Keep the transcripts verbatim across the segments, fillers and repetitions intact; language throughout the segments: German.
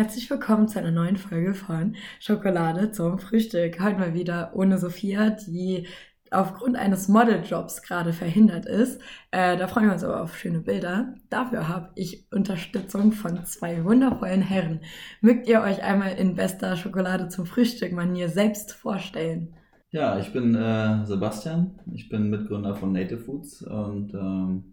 herzlich willkommen zu einer neuen Folge von Schokolade zum Frühstück. Heute mal wieder ohne Sophia, die aufgrund eines Modeljobs gerade verhindert ist. Äh, da freuen wir uns aber auf schöne Bilder. Dafür habe ich Unterstützung von zwei wundervollen Herren. Mögt ihr euch einmal in bester Schokolade zum Frühstück-Manier selbst vorstellen? Ja, ich bin äh, Sebastian. Ich bin Mitgründer von Native Foods und ähm,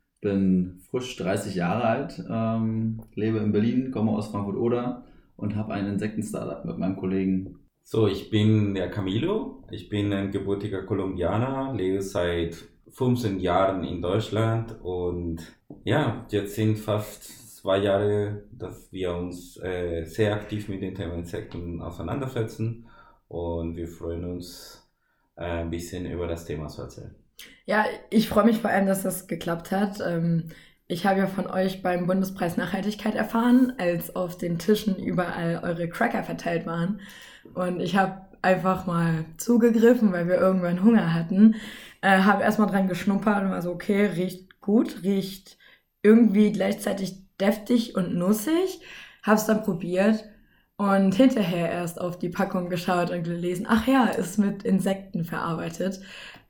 bin frisch dreißig Jahre alt, ähm, lebe in Berlin, komme aus Frankfurt-Oder und habe ein Insekten-Startup mit meinem Kollegen. So, ich bin der Camilo. Ich bin ein gebürtiger Kolumbianer, lebe seit fünfzehn Jahren in Deutschland und ja, jetzt sind fast zwei Jahre, dass wir uns äh, sehr aktiv mit dem Thema Insekten auseinandersetzen und wir freuen uns äh, ein bisschen über das Thema zu erzählen. Ja, ich freue mich vor allem, dass das geklappt hat. Ähm, Ich habe ja von euch beim Bundespreis Nachhaltigkeit erfahren, als auf den Tischen überall eure Cracker verteilt waren. Und ich habe einfach mal zugegriffen, weil wir irgendwann Hunger hatten. Äh, habe erstmal dran geschnuppert und war so, okay, riecht gut, riecht irgendwie gleichzeitig deftig und nussig. Habe es dann probiert und hinterher erst auf die Packung geschaut und gelesen, ach ja, ist mit Insekten verarbeitet.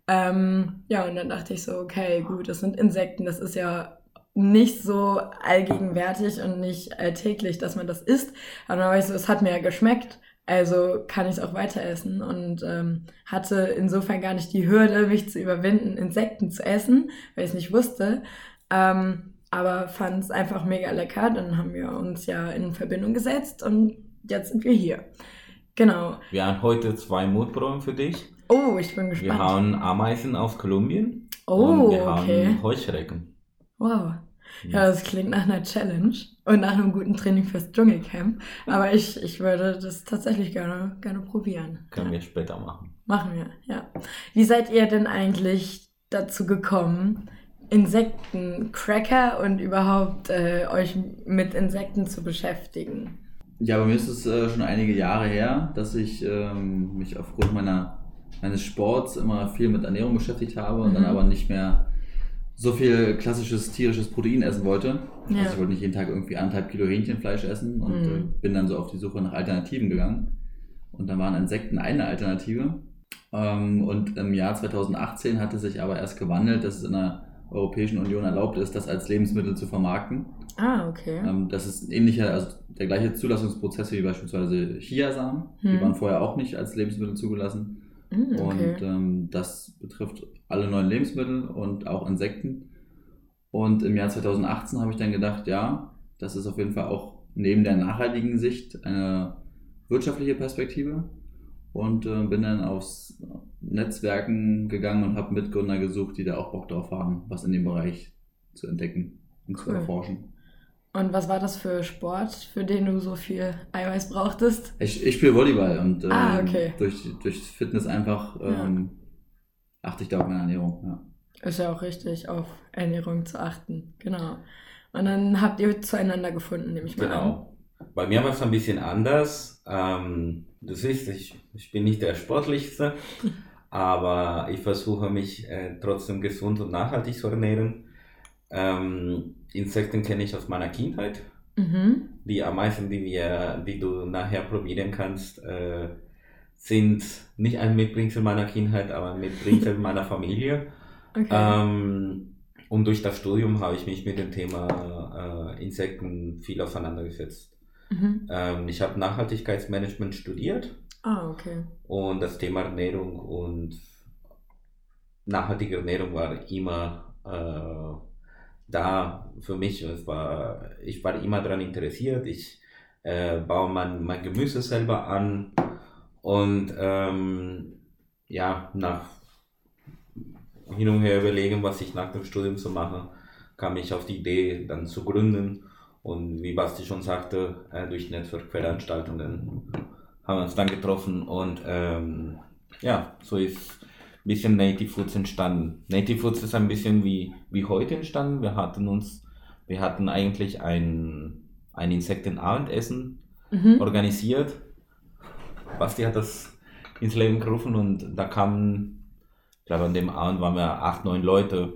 Ähm, ja, und dann dachte ich so, okay, gut, das sind Insekten, das ist ja nicht so allgegenwärtig und nicht alltäglich, dass man das isst. Aber dann war ich so, es hat mir ja geschmeckt, also kann ich es auch weiter essen und ähm, hatte insofern gar nicht die Hürde, mich zu überwinden, Insekten zu essen, weil ich es nicht wusste. Ähm, aber fand es einfach mega lecker. Dann haben wir uns ja in Verbindung gesetzt und jetzt sind wir hier. Genau. Wir haben heute zwei Mutproben für dich. Oh, ich bin gespannt. Wir haben Ameisen aus Kolumbien oh, und wir okay. haben Heuschrecken. Wow. Ja, das klingt nach einer Challenge und nach einem guten Training fürs Dschungelcamp. Aber ich, ich würde das tatsächlich gerne, gerne probieren. Können ja. wir später machen. Machen wir, ja. Wie seid ihr denn eigentlich dazu gekommen, Insektencracker und überhaupt äh, euch mit Insekten zu beschäftigen? Ja, bei mir ist es äh, schon einige Jahre her, dass ich ähm, mich aufgrund meiner, meines Sports immer viel mit Ernährung beschäftigt habe und Mhm. dann aber nicht mehr so viel klassisches tierisches Protein essen wollte. Ja. Also ich wollte nicht jeden Tag irgendwie anderthalb Kilo Hähnchenfleisch essen und Mhm. äh, bin dann so auf die Suche nach Alternativen gegangen. Und dann waren Insekten eine Alternative. Ähm, und im Jahr zweitausendachtzehn hatte sich aber erst gewandelt, dass es in der Europäischen Union erlaubt ist, das als Lebensmittel zu vermarkten. Ah, okay. Ähm, das ist ein ähnlicher, also der gleiche Zulassungsprozess wie beispielsweise Chiasamen. Hm. Die waren vorher auch nicht als Lebensmittel zugelassen. Mm, okay. Und ähm, das betrifft alle neuen Lebensmittel und auch Insekten. Und im Jahr zweitausendachtzehn habe ich dann gedacht, ja, das ist auf jeden Fall auch neben der nachhaltigen Sicht eine wirtschaftliche Perspektive. Und äh, bin dann aufs Netzwerken gegangen und habe Mitgründer gesucht, die da auch Bock drauf haben, was in dem Bereich zu entdecken und zu Cool. erforschen. Und was war das für Sport, für den du so viel Eiweiß brauchtest? Ich, ich spiele Volleyball und ähm, Ah, okay. durch, durch Fitness einfach ähm, achte ich da auf meine Ernährung. Ja. Ist ja auch richtig, auf Ernährung zu achten. Genau. Und dann habt ihr zueinander gefunden, nehme ich mal an. Genau. Bei mir war es ein bisschen anders. Ähm, du siehst, ich, ich bin nicht der Sportlichste, aber ich versuche mich äh, trotzdem gesund und nachhaltig zu ernähren. Ähm, Insekten kenne ich aus meiner Kindheit. Mhm. Die Ameisen, die, wir, die du nachher probieren kannst, äh, sind nicht ein Mitbringsel meiner Kindheit, aber ein Mitbringsel meiner Familie. Okay. Ähm, und durch das Studium habe ich mich mit dem Thema äh, Insekten viel auseinandergesetzt. Mhm. Ähm, ich habe Nachhaltigkeitsmanagement studiert Ah, okay. und das Thema Ernährung und nachhaltige Ernährung war immer äh, da für mich. Es war, ich war immer daran interessiert. Ich äh, baue mein, mein Gemüse selber an und ähm, ja, nach hin und her überlegen, was ich nach dem Studium so mache, kam ich auf die Idee, dann zu gründen. Und wie Basti schon sagte, äh, durch Netzwerkveranstaltungen haben wir uns dann getroffen und ähm, ja, so ist ein bisschen Native Foods entstanden. Native Foods ist ein bisschen wie, wie heute entstanden. Wir hatten uns, wir hatten eigentlich ein, ein Insektenabendessen Mhm. organisiert. Basti hat das ins Leben gerufen und da kamen, ich glaube an dem Abend waren wir acht, neun Leute.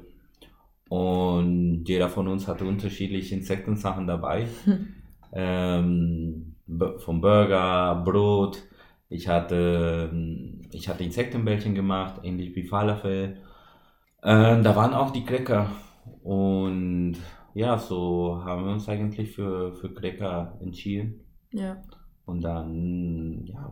Und jeder von uns hatte unterschiedliche Insektensachen dabei. Hm. Ähm, B- vom Burger, Brot. Ich hatte, ich hatte Insektenbällchen gemacht, ähnlich wie Falafel. Äh, da waren auch die Cracker. Und ja, so haben wir uns eigentlich für, für Cracker entschieden. Ja. Und dann, ja,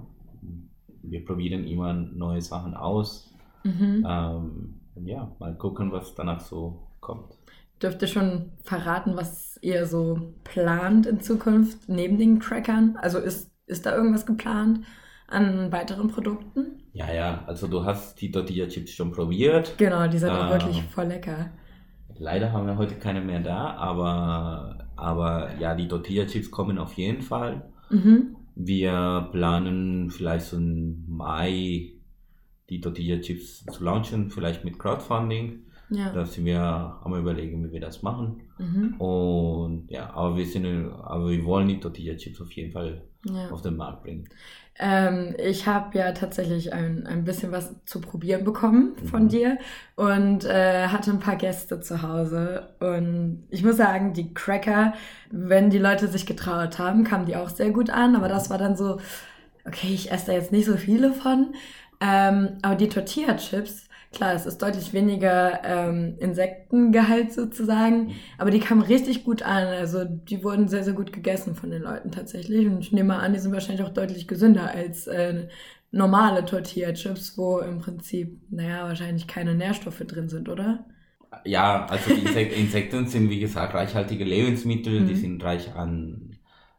wir probieren immer neue Sachen aus. Mhm. Ähm, und ja, mal gucken, was danach so kommt. Dürft ihr schon verraten, was ihr so plant in Zukunft neben den Crackern? Also ist, ist da irgendwas geplant an weiteren Produkten? Ja, ja, also du hast die Tortilla-Chips schon probiert. Genau, die sind auch Ah. wirklich voll lecker. Leider haben wir heute keine mehr da, aber, aber ja, die Tortilla-Chips kommen auf jeden Fall. Mhm. Wir planen vielleicht so im Mai die Tortilla-Chips zu launchen, vielleicht mit Crowdfunding. Ja. Da sind wir am Überlegen, wie wir das machen. Mhm. Und ja, aber wir sind, aber wir wollen die Tortilla-Chips auf jeden Fall Ja. auf den Markt bringen. Ähm, ich habe ja tatsächlich ein, ein bisschen was zu probieren bekommen von Mhm. dir und äh, hatte ein paar Gäste zu Hause. Und ich muss sagen, die Cracker, wenn die Leute sich getraut haben, kamen die auch sehr gut an. Aber das war dann so, okay, ich esse da jetzt nicht so viele von. Ähm, aber die Tortilla-Chips, klar, es ist deutlich weniger ähm, Insektengehalt sozusagen, aber die kamen richtig gut an. Also die wurden sehr, sehr gut gegessen von den Leuten tatsächlich. Und ich nehme mal an, die sind wahrscheinlich auch deutlich gesünder als äh, normale Tortilla-Chips, wo im Prinzip, naja, wahrscheinlich keine Nährstoffe drin sind, oder? Ja, also die Insek- Insekten sind wie gesagt reichhaltige Lebensmittel, Mhm. die sind reich an,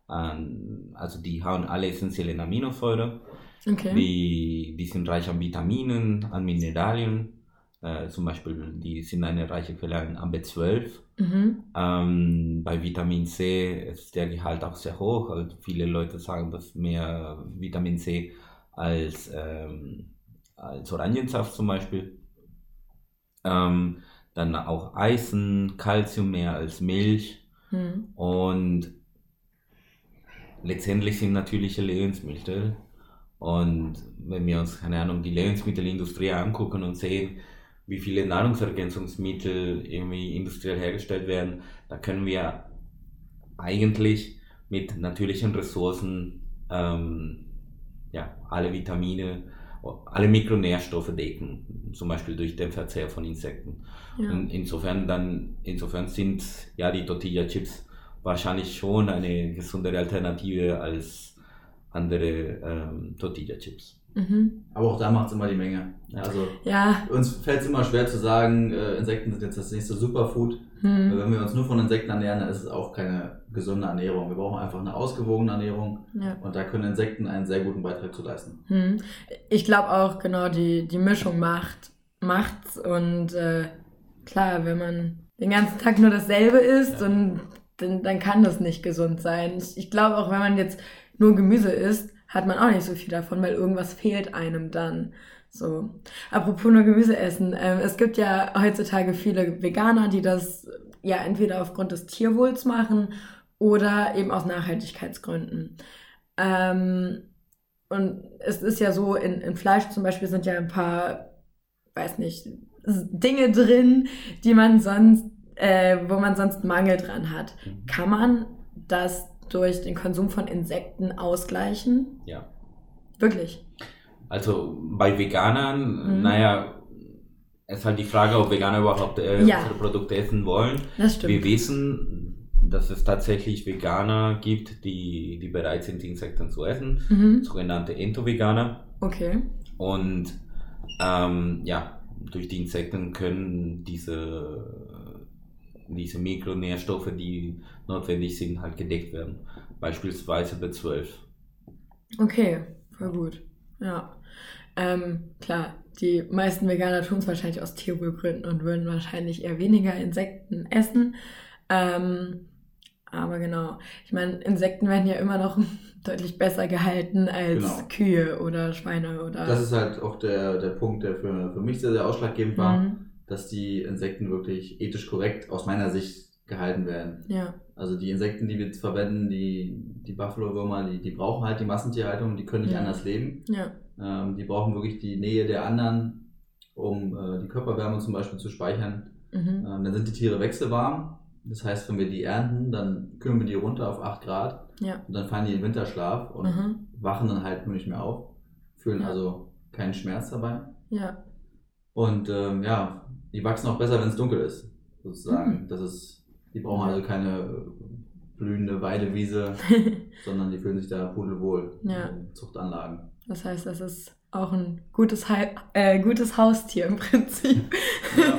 an, also die haben alle essentiellen Aminosäuren, Okay. die, die sind reich an Vitaminen, an Mineralien, äh, zum Beispiel die sind eine reiche Quelle an, an B zwölf. Mhm. Ähm, bei Vitamin C ist der Gehalt auch sehr hoch, also viele Leute sagen, dass mehr Vitamin C als, ähm, als Orangensaft zum Beispiel. Ähm, dann auch Eisen, Calcium mehr als Milch Mhm. und letztendlich sind natürliche Lebensmittel. Und wenn wir uns, keine Ahnung, die Lebensmittelindustrie angucken und sehen, wie viele Nahrungsergänzungsmittel irgendwie industriell hergestellt werden, da können wir eigentlich mit natürlichen Ressourcen ähm, ja, alle Vitamine, alle Mikronährstoffe decken, zum Beispiel durch den Verzehr von Insekten. Ja. Und insofern dann, insofern sind ja die Tortilla-Chips wahrscheinlich schon eine gesundere Alternative als andere ähm, Tortilla-Chips. Mhm. Aber auch da macht es immer die Menge. Ja, also Ja. uns fällt es immer schwer zu sagen, äh, Insekten sind jetzt das nächste Superfood. Weil Mhm. wenn wir uns nur von Insekten ernähren, dann ist es auch keine gesunde Ernährung. Wir brauchen einfach eine ausgewogene Ernährung Ja. und da können Insekten einen sehr guten Beitrag zu leisten. Hm. Ich glaube auch, genau, die, die Mischung macht, macht's. Und äh, klar, wenn man den ganzen Tag nur dasselbe isst, Ja. und dann, dann kann das nicht gesund sein. Ich, ich glaube auch, wenn man jetzt nur Gemüse isst, hat man auch nicht so viel davon, weil irgendwas fehlt einem dann. So. Apropos nur Gemüse essen. Ähm, es gibt ja heutzutage viele Veganer, die das ja entweder aufgrund des Tierwohls machen oder eben aus Nachhaltigkeitsgründen. Ähm, und es ist ja so, in, in Fleisch zum Beispiel sind ja ein paar, weiß nicht, s- Dinge drin, die man sonst, äh, wo man sonst Mangel dran hat. Kann man das durch den Konsum von Insekten ausgleichen? Ja. Wirklich? Also bei Veganern, Mhm. naja, es ist halt die Frage, ob Veganer überhaupt äh, Ja. unsere Produkte essen wollen. Das stimmt. Wir wissen, dass es tatsächlich Veganer gibt, die, die bereit sind, Insekten zu essen, Mhm. sogenannte Ento-Veganer. Okay. Und ähm, ja, durch die Insekten können diese, diese Mikronährstoffe, die notwendig sind, halt gedeckt werden. Beispielsweise B zwölf. Okay, voll gut. Ja. Ähm, klar, die meisten Veganer tun es wahrscheinlich aus Tierwohlgründen und würden wahrscheinlich eher weniger Insekten essen. Ähm, aber genau, ich meine, Insekten werden ja immer noch deutlich besser gehalten als Genau. Kühe oder Schweine oder... Das ist halt auch der, der Punkt, der für, für mich sehr, sehr ausschlaggebend war, Mhm. dass die Insekten wirklich ethisch korrekt aus meiner Sicht gehalten werden. Ja, Also die Insekten, die wir jetzt verwenden, die, die Buffalo-Würmer, die, die brauchen halt die Massentierhaltung, die können nicht Mhm. anders leben. ja, Ähm, die brauchen wirklich die Nähe der anderen, um äh, die Körperwärme zum Beispiel zu speichern. mhm. Ähm, dann sind die Tiere wechselwarm. Das heißt, wenn wir die ernten, dann kühlen wir die runter auf acht Grad Ja. und dann fallen die in Winterschlaf und Mhm. wachen dann halt nur nicht mehr auf, fühlen Ja. also keinen Schmerz dabei. Ja. Und ähm, ja, die wachsen auch besser, wenn es dunkel ist, sozusagen. Mhm. Das ist, die brauchen also keine blühende Weidewiese, sondern die fühlen sich da pudelwohl Ja. in Zuchtanlagen. Das heißt, das ist auch ein gutes, Hai- äh, gutes Haustier im Prinzip. Ja.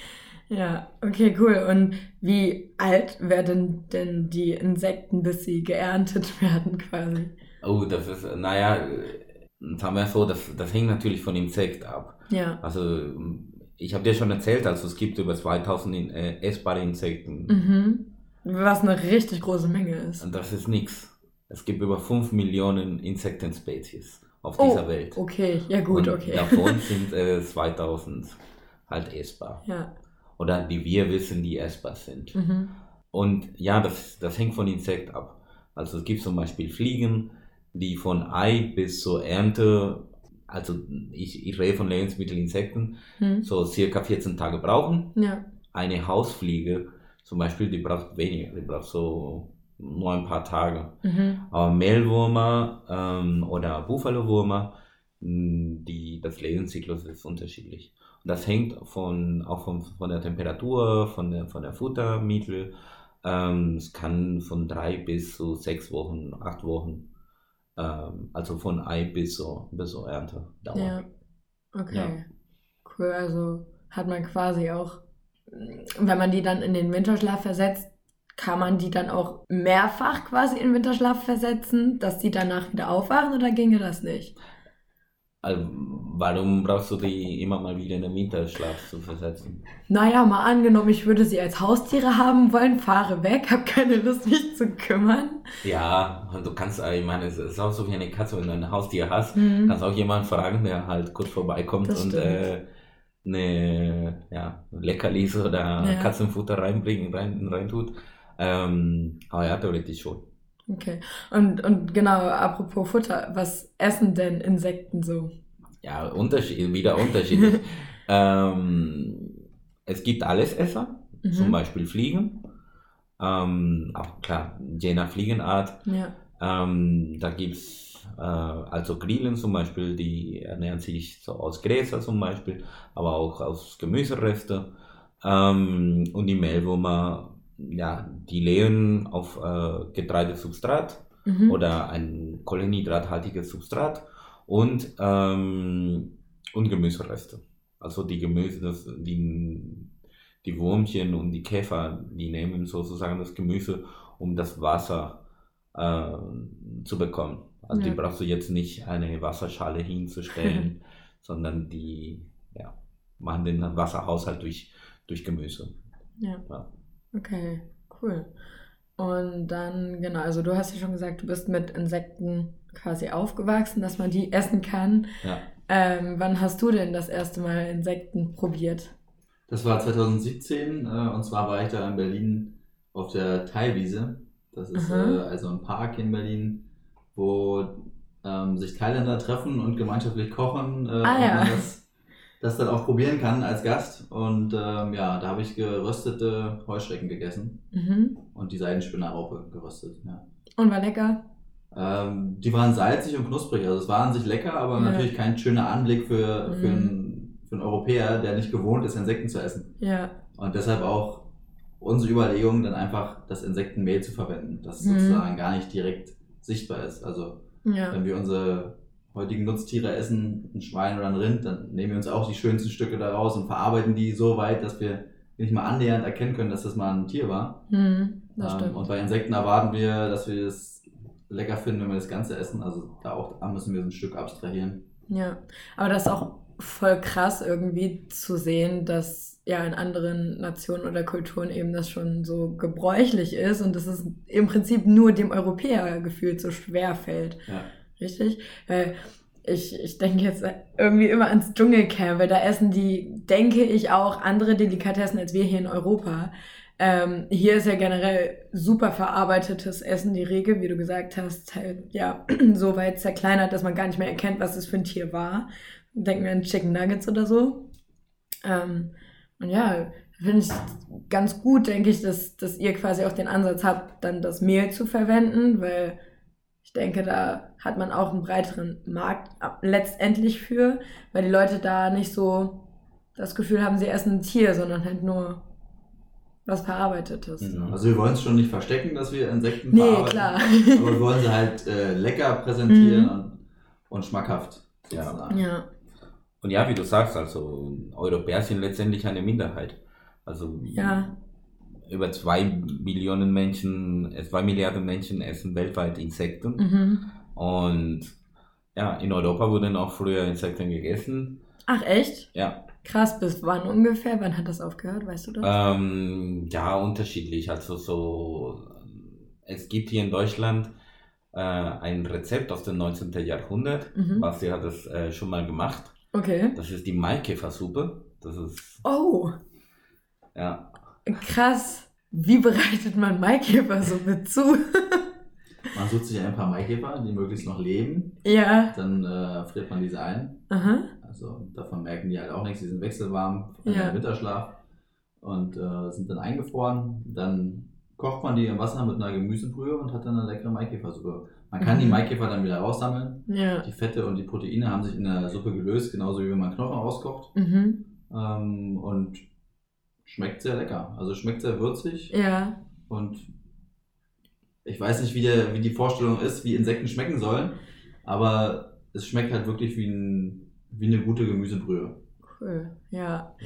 Ja, okay, cool. Und wie alt werden denn die Insekten, bis sie geerntet werden quasi? Oh, das ist, naja, sagen wir so, das, das hängt natürlich von Insekt ab. Ja. Also, ich habe dir schon erzählt, also es gibt über zweitausend in, äh, essbare Insekten. Mhm. Was eine richtig große Menge ist. Und das ist nichts. Es gibt über fünf Millionen Insektenspezies auf Oh, dieser Welt. okay, ja gut, Und okay. davon sind äh, zweitausend halt essbar. Ja. Oder die wir wissen, die essbar sind. Mhm. Und ja, das, das hängt von Insekt ab. Also es gibt zum Beispiel Fliegen, die von Ei bis zur Ernte, also ich, ich rede von Lebensmittelinsekten, Hm. so circa vierzehn Tage brauchen. Ja. Eine Hausfliege zum Beispiel, die braucht weniger, die braucht so nur ein paar Tage. Mhm. Aber Mehlwürmer ähm, oder Buffalowürmer, mh, die, das Lebenszyklus ist unterschiedlich. Und das hängt von, auch von, von der Temperatur, von der, von der Futtermittel. Ähm, es kann von drei bis zu sechs Wochen, acht Wochen, ähm, also von Ei bis zur, bis zur Ernte dauern. Ja. Okay. Ja. Cool, also hat man quasi auch, wenn man die dann in den Winterschlaf versetzt, kann man die dann auch mehrfach quasi in den Winterschlaf versetzen, dass die danach wieder aufwachen, oder ginge das nicht? Also, warum brauchst du die immer mal wieder in den Winterschlaf zu versetzen? Naja, mal angenommen, ich würde sie als Haustiere haben wollen, fahre weg, habe keine Lust, mich zu kümmern. Ja, du kannst, äh, ich meine, es ist auch so wie eine Katze, wenn du ein Haustier hast, Mhm. kannst auch jemanden fragen, der halt kurz vorbeikommt Das und stimmt. äh, eine ja, Leckerlis oder Ja. Katzenfutter reinbringen, rein, rein tut. Ähm, aber ja, theoretisch schon. Okay. Und, und genau, apropos Futter, was essen denn Insekten so? Ja, Unterschied, wieder unterschiedlich. ähm, es gibt Allesesser, Mhm. zum Beispiel Fliegen. Ähm, auch klar, je nach Fliegenart. Ja. Ähm, da gibt es äh, also Grillen zum Beispiel, die ernähren sich so aus Gräser zum Beispiel, aber auch aus Gemüsereste. Ähm, und die Mehlwürmer, ja, die leben auf äh, Getreidesubstrat Mhm. oder ein kohlenhydrathaltiges Substrat und, ähm, und Gemüsereste. Also die Gemüse, das, die, die Würmchen und die Käfer, die nehmen sozusagen das Gemüse, um das Wasser äh, zu bekommen. Also Ja. die brauchst du jetzt nicht eine Wasserschale hinzustellen, sondern die ja, machen den Wasserhaushalt durch, durch Gemüse. Ja. Ja. Okay, cool. Und dann, genau, also du hast ja schon gesagt, du bist mit Insekten quasi aufgewachsen, dass man die essen kann. Ja. Ähm, wann hast du denn das erste Mal Insekten probiert? Das war zwanzig siebzehn äh, und zwar war ich da in Berlin auf der Thai-Wiese. Das ist Mhm. äh, also ein Park in Berlin, wo ähm, sich Thailänder treffen und gemeinschaftlich kochen äh, Ah, und ja. man das, das dann auch probieren kann als Gast. Und ähm, ja, da habe ich geröstete Heuschrecken gegessen Mhm. und die Seidenspinnerraupe geröstet. Ja. Und war lecker? Ähm, die waren salzig und knusprig, also es war an sich lecker, aber Ja. natürlich kein schöner Anblick für, für, Mhm. einen, für einen Europäer, der nicht gewohnt ist, Insekten zu essen. Ja. Und deshalb auch unsere Überlegung, dann einfach das Insektenmehl zu verwenden, das Mhm. sozusagen gar nicht direkt sichtbar ist. Also Ja. wenn wir unsere heutigen Nutztiere essen, ein Schwein oder ein Rind, dann nehmen wir uns auch die schönsten Stücke daraus und verarbeiten die so weit, dass wir nicht mal annähernd erkennen können, dass das mal ein Tier war. Mhm. Das Ähm, stimmt. und bei Insekten erwarten wir, dass wir es lecker finden, wenn wir das Ganze essen. Also da auch da müssen wir so ein Stück abstrahieren. Ja, aber das ist auch voll krass irgendwie zu sehen, dass ja in anderen Nationen oder Kulturen eben das schon so gebräuchlich ist und dass es im Prinzip nur dem Europäer gefühlt so schwer fällt. Ja. Richtig? Weil ich, ich denke jetzt irgendwie immer ans Dschungelcamp, weil da essen die, denke ich, auch andere Delikatessen als wir hier in Europa. Ähm, hier ist ja generell super verarbeitetes Essen die Regel, wie du gesagt hast, halt ja so weit zerkleinert, dass man gar nicht mehr erkennt, was es für ein Tier war. Denken wir an Chicken Nuggets oder so. Ähm, und ja, finde ich ganz gut, denke ich, dass, dass ihr quasi auch den Ansatz habt, dann das Mehl zu verwenden, weil ich denke, da hat man auch einen breiteren Markt letztendlich für, weil die Leute da nicht so das Gefühl haben, sie essen ein Tier, sondern halt nur was Verarbeitetes. Mhm. Also wir wollen es schon nicht verstecken, dass wir Insekten nee, verarbeiten, klar. aber wir wollen sie halt äh, lecker präsentieren Mhm. und, und schmackhaft sozusagen. Ja. Und ja, wie du sagst, also Europäer sind letztendlich eine Minderheit. Also Ja. über zwei Millionen Menschen, äh, zwei Milliarden Menschen essen weltweit Insekten. Mhm. Und ja, in Europa wurden auch früher Insekten gegessen. Ach, echt? Ja, Krass, bis wann ungefähr? Wann hat das aufgehört? Weißt du das? ähm, ja, unterschiedlich. Also so, es gibt hier in Deutschland äh, ein Rezept aus dem neunzehnten Jahrhundert. Mhm. Basti hat das äh, schon mal gemacht. Okay. Das ist die Maikäfersuppe. Das ist, Oh, ja, krass. Wie bereitet man Maikäfersuppe zu? Man sucht sich ein paar Maikäfer, die möglichst noch leben, Ja. dann äh, friert man diese ein. Aha. Also davon merken die halt auch nichts, die sind wechselwarm von Ja. dem Winterschlaf und äh, sind dann eingefroren. Dann kocht man die im Wasser mit einer Gemüsebrühe und hat dann eine leckere Maikäfersuppe. Man kann Mhm. die Maikäfer dann wieder raussammeln. Ja. Die Fette und die Proteine haben sich in der Suppe gelöst, genauso wie wenn man Knochen auskocht. Mhm. Ähm, und schmeckt sehr lecker. Also schmeckt sehr würzig Ja. und ich weiß nicht, wie, der, wie die Vorstellung ist, wie Insekten schmecken sollen, aber es schmeckt halt wirklich wie, ein, wie eine gute Gemüsebrühe. Cool. Ja.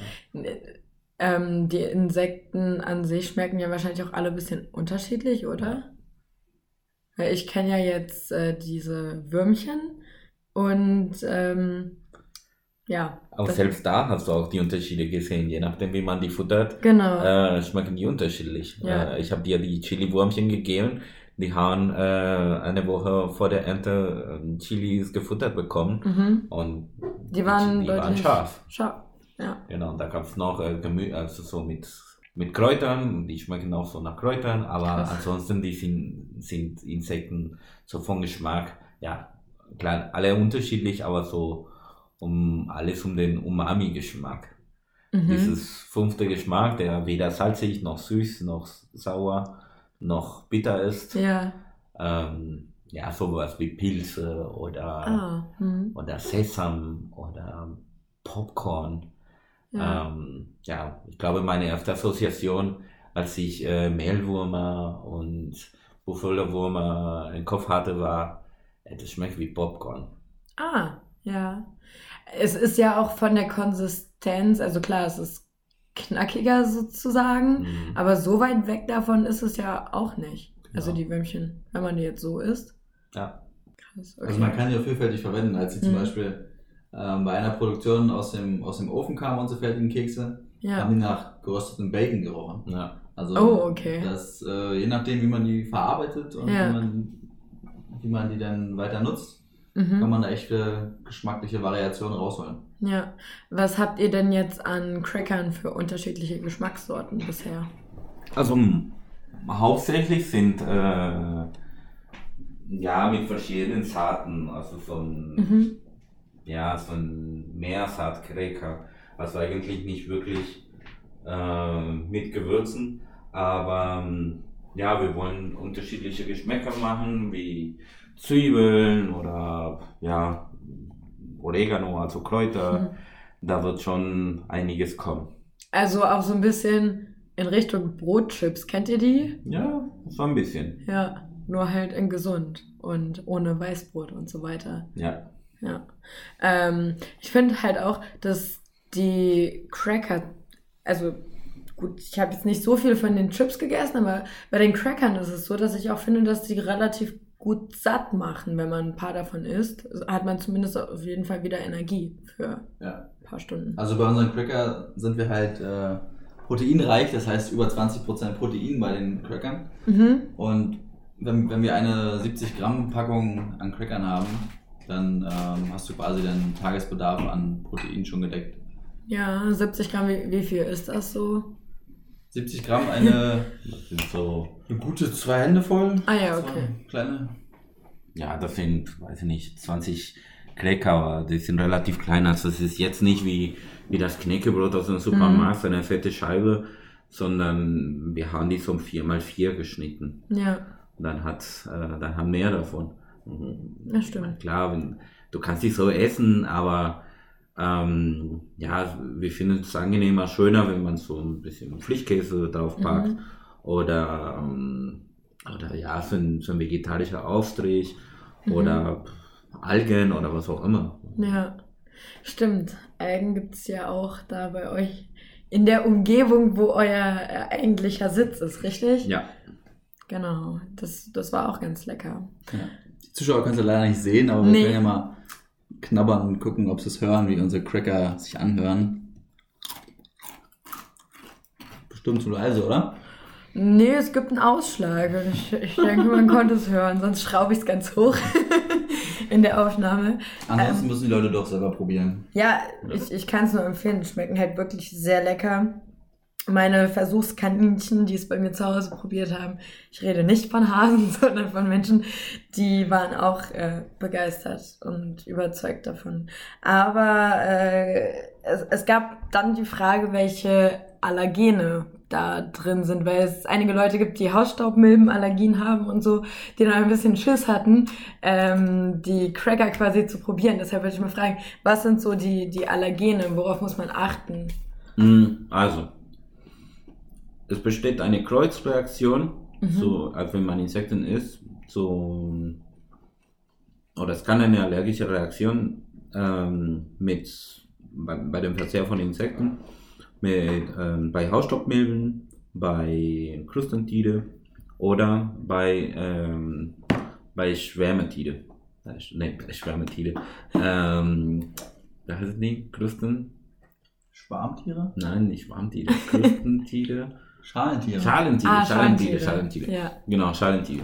Ähm, die Insekten an sich schmecken ja wahrscheinlich auch alle ein bisschen unterschiedlich, oder? Weil ich kenne ja jetzt äh, diese Würmchen und ähm, ja. auch das- selbst da hast du auch die Unterschiede gesehen, je nachdem wie man die futtert. Genau. Äh, schmecken die unterschiedlich. Ja. Äh, ich habe dir die Chili-Wurmchen gegeben. Die haben äh, eine Woche vor der Ernte äh, Chilis gefuttert bekommen. Mhm. Und Die waren die waren deutlich scharf. Scharf. Ja. Genau, da gab es noch äh, Gemü also so mit, mit Kräutern. Die schmecken auch so nach Kräutern. Aber Krass. ansonsten die sind, sind Insekten so vom Geschmack, ja, klar, alle unterschiedlich, aber so um alles um den Umami-Geschmack. Mhm. Dieses fünfte Geschmack, der weder salzig, noch süß, noch sauer, noch bitter ist. Ja. Ähm, ja, sowas wie Pilze oder, Ah. Mhm. oder Sesam oder Popcorn. Ja. Ähm, ja, ich glaube, meine erste Assoziation, als ich äh, Mehlwürmer und Buffalo-Würmer im Kopf hatte, war, äh, das schmeckt wie Popcorn. Ah, ja. Es ist ja auch von der Konsistenz, also klar, es ist knackiger sozusagen, Mhm. aber so weit weg davon ist es ja auch nicht. Also Ja. die Würmchen, wenn man die jetzt so isst. Ja. Krass, okay. Also man kann die auch vielfältig verwenden, als sie zum Mhm. Beispiel ähm, bei einer Produktion aus dem, aus dem Ofen kamen, unsere fertigen Kekse, haben Ja. die nach geröstetem Bacon gerochen. Ja. Also Oh, okay. das, äh, je nachdem, wie man die verarbeitet und Ja. wie, man, wie man die dann weiter nutzt, kann Mhm. man da echte geschmackliche Variationen rausholen. Ja. Was habt ihr denn jetzt an Crackern für unterschiedliche Geschmackssorten bisher? Also m- hauptsächlich sind äh, ja mit verschiedenen Saaten, also so ein, Mhm. ja, so ein Meersaat-Cracker, also eigentlich nicht wirklich äh, mit Gewürzen, aber ähm, ja, wir wollen unterschiedliche Geschmäcker machen, wie Zwiebeln oder ja, Oregano, also Kräuter, Mhm. da wird schon einiges kommen. Also auch so ein bisschen in Richtung Brotchips. Kennt ihr die? Ja, so ein bisschen, Ja, nur halt in gesund und ohne Weißbrot und so weiter. ja. Ja. Ähm, ich finde halt auch, dass die Cracker, also gut, ich habe jetzt nicht so viel von den Chips gegessen, aber bei den Crackern ist es so, dass ich auch finde, dass die relativ gut satt machen, wenn man ein paar davon isst. Hat man zumindest auf jeden Fall wieder Energie für Ja. ein paar Stunden. Also bei unseren Cracker sind wir halt äh, proteinreich, das heißt über zwanzig Prozent Protein bei den Crackern. Mhm. Und wenn, wenn wir eine siebzig Gramm Packung an Crackern haben, dann ähm, hast du quasi deinen Tagesbedarf an Protein schon gedeckt. Ja, siebzig Gramm, wie, wie viel ist das so? siebzig Gramm, eine, Das sind so, eine gute zwei Hände voll. Ah ja, So okay. kleine. ja, das sind, weiß ich nicht, zwanzig Cracker, aber die sind relativ klein. Also es ist jetzt nicht wie, wie das Knäckebrot aus dem Supermarkt, so eine fette Scheibe, sondern wir haben die so vier mal vier geschnitten. Ja. Dann hat, äh, dann haben mehr davon. Das stimmt. Klar, wenn, du kannst die so essen, aber ähm, ja, wir finden es angenehmer, schöner, wenn man so ein bisschen Frischkäse draufpackt Mhm. oder, ähm, oder ja, so ein, so ein vegetarischer Aufstrich Mhm. oder Algen oder was auch immer. Ja, stimmt. Algen gibt es ja auch da bei euch in der Umgebung, wo euer äh, eigentlicher Sitz ist, richtig? Ja, Genau, das, das war auch ganz lecker. Ja. Die Zuschauer können es ja leider nicht sehen, aber Nee. wir können ja mal knabbern und gucken, ob sie es hören, wie unsere Cracker sich anhören. Bestimmt zu leise, oder? Nee, es gibt einen Ausschlag. Ich, ich denke, man konnte es hören, sonst schraube ich es ganz hoch in der Aufnahme. Ansonsten Ähm, müssen die Leute doch selber probieren. Ja, ich, ich kann es nur empfehlen. Die schmecken halt wirklich sehr lecker. Meine Versuchskaninchen, die es bei mir zu Hause probiert haben, ich rede nicht von Hasen, sondern von Menschen, die waren auch äh, begeistert und überzeugt davon. Aber äh, es, es gab dann die Frage, welche Allergene da drin sind, weil es einige Leute gibt, die Hausstaubmilbenallergien haben und so, die dann ein bisschen Schiss hatten, ähm, die Cracker quasi zu probieren. Deshalb wollte ich mal fragen, was sind so die, die Allergene, worauf muss man achten? also es besteht eine Kreuzreaktion, Mhm. so, also wenn man Insekten isst, so, oder es kann eine allergische Reaktion ähm, mit, bei, bei dem Verzehr von Insekten, mit, ähm, bei Hausstaubmilben, bei Krustentide oder bei, ähm, bei Schwärmetide. Äh, Ne, Schwärmetide. Ähm, wie heißt die? Krusten? Schwarmtiere? Nein, nicht Schwarmtide. Krustentide. Schalentiere. Schalentiere, Ah, Schalentiere, Schalentiere. Schalentiere. Ja. Genau, Schalentiere.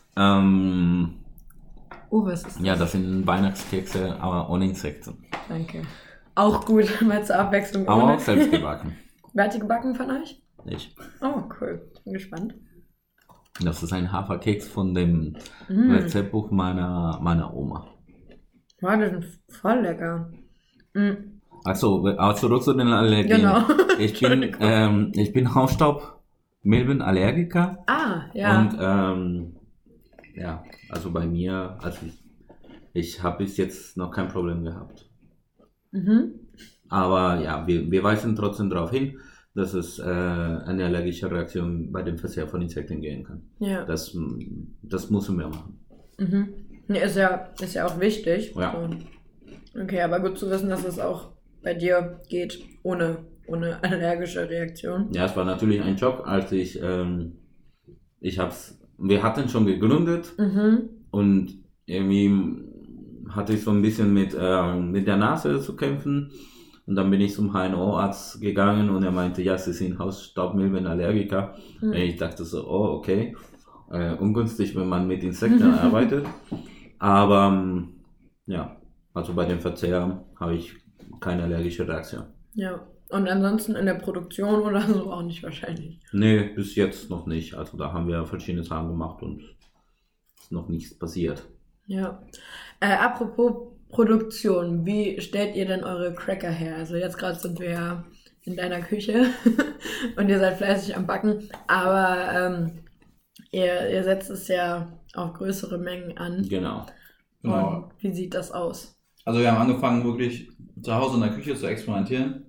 Ähm, Oh, was ist das? ja, das sind Weihnachtskekse, aber ohne Insekten. Danke. Auch gut, mal zur Abwechslung. Aber ohne. auch selbst gebacken. Wer hat die gebacken von euch? Nicht. Oh, cool. Bin gespannt. Das ist ein Haferkeks von dem Mm. Rezeptbuch meiner, meiner Oma. Wow, die sind voll lecker. Mm. Also, aber zurück zu den Allergien. Genau. Ich bin, Entschuldigung. ähm, ich bin Hausstaubmilbenallergiker. Ah, ja. Und ähm, ja, also bei mir, also ich, ich habe bis jetzt noch kein Problem gehabt. Mhm. Aber ja, wir, wir weisen trotzdem darauf hin, dass es äh, eine allergische Reaktion bei dem Verzehr von Insekten geben kann. Ja. Das, das müssen wir machen. Mhm. Nee, ist ja, ist ja auch wichtig. Ja. So. Okay, aber gut zu wissen, dass es auch bei dir geht, ohne, ohne allergische Reaktion. Ja, es war natürlich ein Schock, als ich, ähm, ich hab's, wir hatten schon gegründet Mhm. und irgendwie hatte ich so ein bisschen mit, äh, mit der Nase zu kämpfen. Und dann bin ich zum H N O-Arzt gegangen und er meinte, ja, Sie sind Hausstaubmilbenallergiker. Mhm. Und ich dachte so, oh, okay. Äh, ungünstig, wenn man mit Insekten arbeitet. Aber ähm, ja, also bei dem Verzehr habe ich keine allergische Reaktion. Ja. Und ansonsten in der Produktion oder so auch nicht wahrscheinlich. Nee, bis jetzt noch nicht. Also da haben wir verschiedene Sachen gemacht und ist noch nichts passiert. Ja. Äh, apropos Produktion, wie stellt ihr denn eure Cracker her? Also jetzt gerade sind wir ja in deiner Küche und ihr seid fleißig am Backen, aber ähm, ihr, ihr setzt es ja auf größere Mengen an. Genau. Genau. Und wie sieht das aus? Also wir haben angefangen, wirklich zu Hause in der Küche zu experimentieren.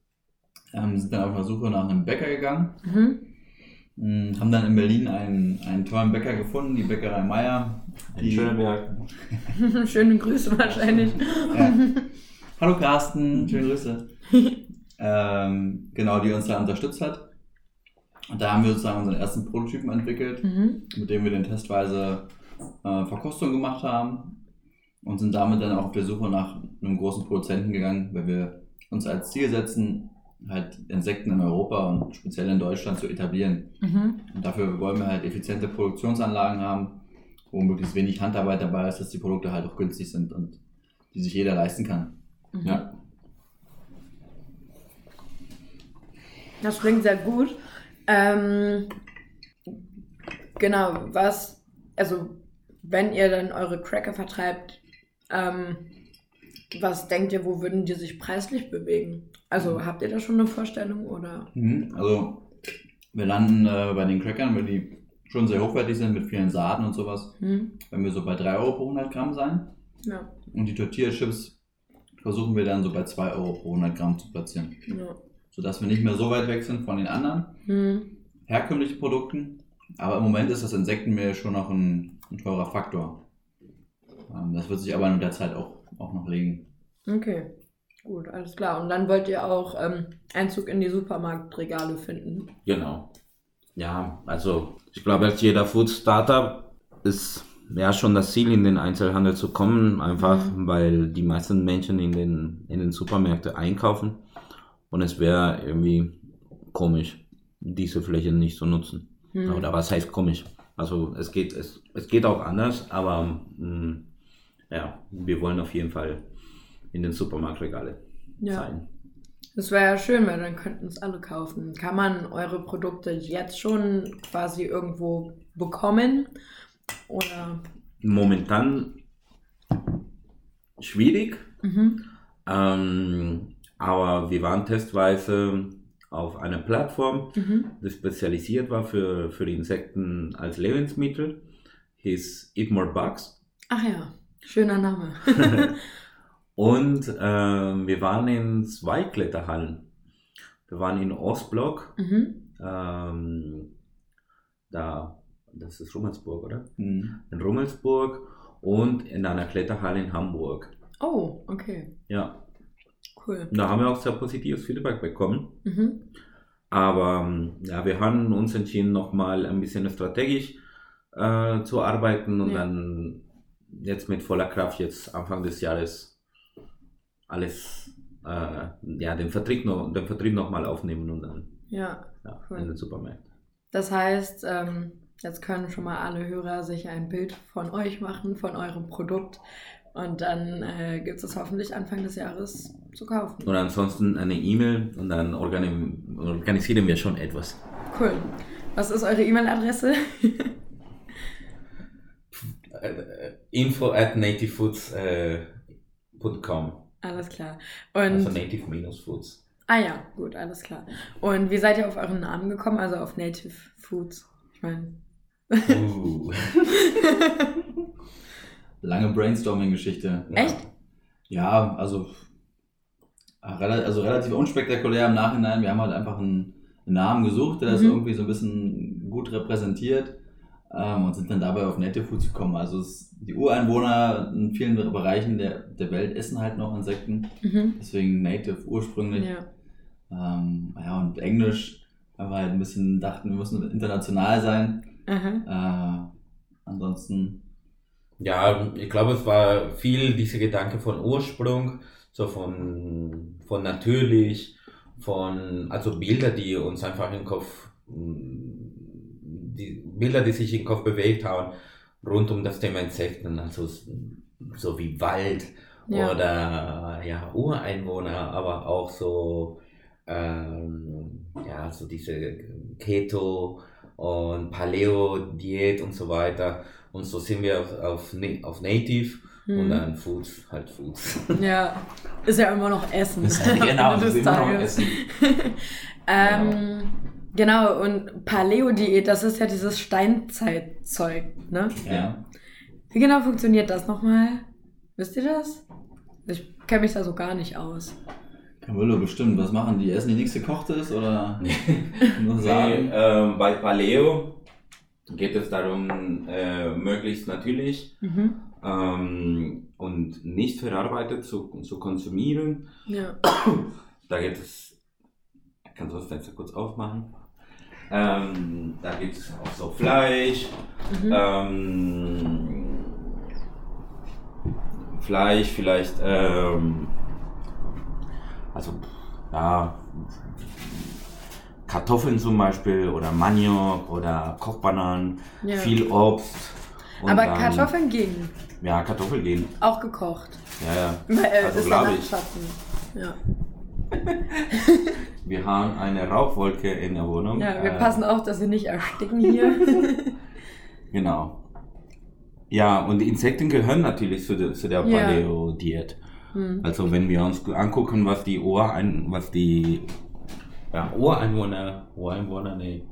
Ähm, sind dann auf der Suche nach einem Bäcker gegangen. Mhm. Mm, Haben dann in Berlin einen, einen tollen Bäcker gefunden, die Bäckerei Meier. Die, Schöneberg. Schöne Grüße wahrscheinlich. Ja. Hallo Carsten, schöne Grüße. ähm, genau, die uns da unterstützt hat. Und da haben wir sozusagen unseren ersten Prototypen entwickelt, Mhm. mit dem wir dann testweise äh, Verkostung gemacht haben und sind damit dann auch auf der Suche nach einem großen Produzenten gegangen, weil wir uns als Ziel setzen, halt Insekten in Europa und speziell in Deutschland zu etablieren. Mhm. Und dafür wollen wir halt effiziente Produktionsanlagen haben, wo möglichst wenig Handarbeit dabei ist, dass die Produkte halt auch günstig sind und die sich jeder leisten kann. Mhm. Ja. Das klingt sehr gut. Ähm, genau, was, also wenn ihr dann eure Cracker vertreibt, ähm, was denkt ihr, wo würden die sich preislich bewegen? Also habt ihr da schon eine Vorstellung oder? Mhm. Also wir landen äh, bei den Crackern, weil die schon sehr hochwertig sind mit vielen Saaten und sowas. Hm. Wenn wir so bei drei Euro pro hundert Gramm sein. Ja. Und die Tortilla-Chips versuchen wir dann so bei zwei Euro pro hundert Gramm zu platzieren. Ja. Sodass wir nicht mehr so weit weg sind von den anderen hm. herkömmlichen Produkten. Aber im Moment ist das Insektenmehl schon noch ein, ein teurer Faktor. Ähm, das wird sich aber mit der Zeit auch, auch noch legen. Okay, gut, alles klar. Und dann wollt ihr auch ähm, Einzug in die Supermarktregale finden? Genau. Ja, also ich glaube, als jeder Food-Startup ist ja schon das Ziel, in den Einzelhandel zu kommen, einfach mhm. weil die meisten Menschen in den, in den Supermärkten einkaufen und es wäre irgendwie komisch, diese Fläche nicht zu nutzen. Mhm. Oder was heißt komisch? Also es geht, es, es geht auch anders, aber mh, ja, wir wollen auf jeden Fall in den Supermarktregale ja. sein. Das wäre ja schön, weil dann könnten es alle kaufen. Kann man eure Produkte jetzt schon quasi irgendwo bekommen? Oder? Momentan schwierig, mhm. ähm, aber wir waren testweise auf einer Plattform, mhm. die spezialisiert war für, für die Insekten als Lebensmittel, hieß Eat More Bugs. Ach ja, schöner Name. Und äh, wir waren in zwei Kletterhallen. Wir waren in Ostblock, mhm. ähm, da, das ist Rummelsburg, oder? Mhm. In Rummelsburg und in einer Kletterhalle in Hamburg. Oh, okay. Ja. Cool. Da haben wir auch sehr positives Feedback bekommen. Mhm. Aber ja, wir haben uns entschieden, nochmal ein bisschen strategisch äh, zu arbeiten und ja. dann jetzt mit voller Kraft jetzt Anfang des Jahres alles, äh, ja, den Vertrieb noch, den Vertrieb nochmal aufnehmen und dann ja, ja cool. in den Supermärkten. Das heißt, ähm, jetzt können schon mal alle Hörer sich ein Bild von euch machen, von eurem Produkt und dann äh, gibt es das hoffentlich Anfang des Jahres zu kaufen. Und ansonsten eine E-Mail und dann organi- organisieren wir schon etwas. Cool. Was ist eure E-Mail-Adresse? info at nativefoods dot com. Alles klar. Und also native-foods. Ah ja, gut, alles klar. Und wie seid ihr auf euren Namen gekommen, also auf Native Foods? Ich meine... Uh. Lange Brainstorming-Geschichte. Echt? Ja, also, also relativ unspektakulär im Nachhinein. Wir haben halt einfach einen, einen Namen gesucht, der das mhm. irgendwie so ein bisschen gut repräsentiert. Ähm, und sind dann dabei auf Native Foods gekommen. Also es, die Ureinwohner in vielen Bereichen der, der Welt essen halt noch Insekten. Mhm. Deswegen Native ursprünglich. Ja. Ähm, ja, und Englisch, weil wir halt ein bisschen dachten, wir müssen international sein. Äh, ansonsten... Ja, ich glaube, es war viel dieser Gedanke von Ursprung, so von, von natürlich, von, also Bilder, die uns einfach im Kopf... die Bilder, die sich im Kopf bewegt haben, rund um das Thema Insekten, also so wie Wald ja. oder ja, Ureinwohner, aber auch so, ähm, ja, so diese Keto- und Paleo-Diät und so weiter. Und so sind wir auf, auf, auf Native hm. und dann Foods, halt Foods. Ja, ist ja immer noch Essen. Ist ja, genau, ist immer noch Essen. ähm, genau. Genau, und Paleo-Diät, das ist ja dieses Steinzeitzeug, ne? Ja. Wie genau funktioniert das nochmal? Wisst ihr das? Ich kenne mich da so gar nicht aus. Camillo, bestimmt. Was machen die? Essen die nichts Gekochtes oder nur sagen? Nee, äh, bei Paleo geht es darum, äh, möglichst natürlich mhm. ähm, und nicht verarbeitet zu, zu konsumieren. Ja. Da geht es, kannst du das Fenster kurz aufmachen? Ähm, da gibt es auch so Fleisch, mhm. ähm, Fleisch vielleicht, ähm, also ja, Kartoffeln zum Beispiel oder Maniok oder Kochbananen, ja. viel Obst. Und aber dann, Kartoffeln gehen? Ja, Kartoffeln gehen. Auch gekocht? Ja, ja. Also glaube ich. Ja. Wir haben eine Rauchwolke in der Wohnung. Ja, wir äh, passen auf, dass wir nicht ersticken hier. Genau. Ja, und die Insekten gehören natürlich zu der, zu der ja. Paleo-Diät. Hm. Also wenn wir uns angucken, was die Urein, was die ja, Ureinwohner, Ureinwohner, nee,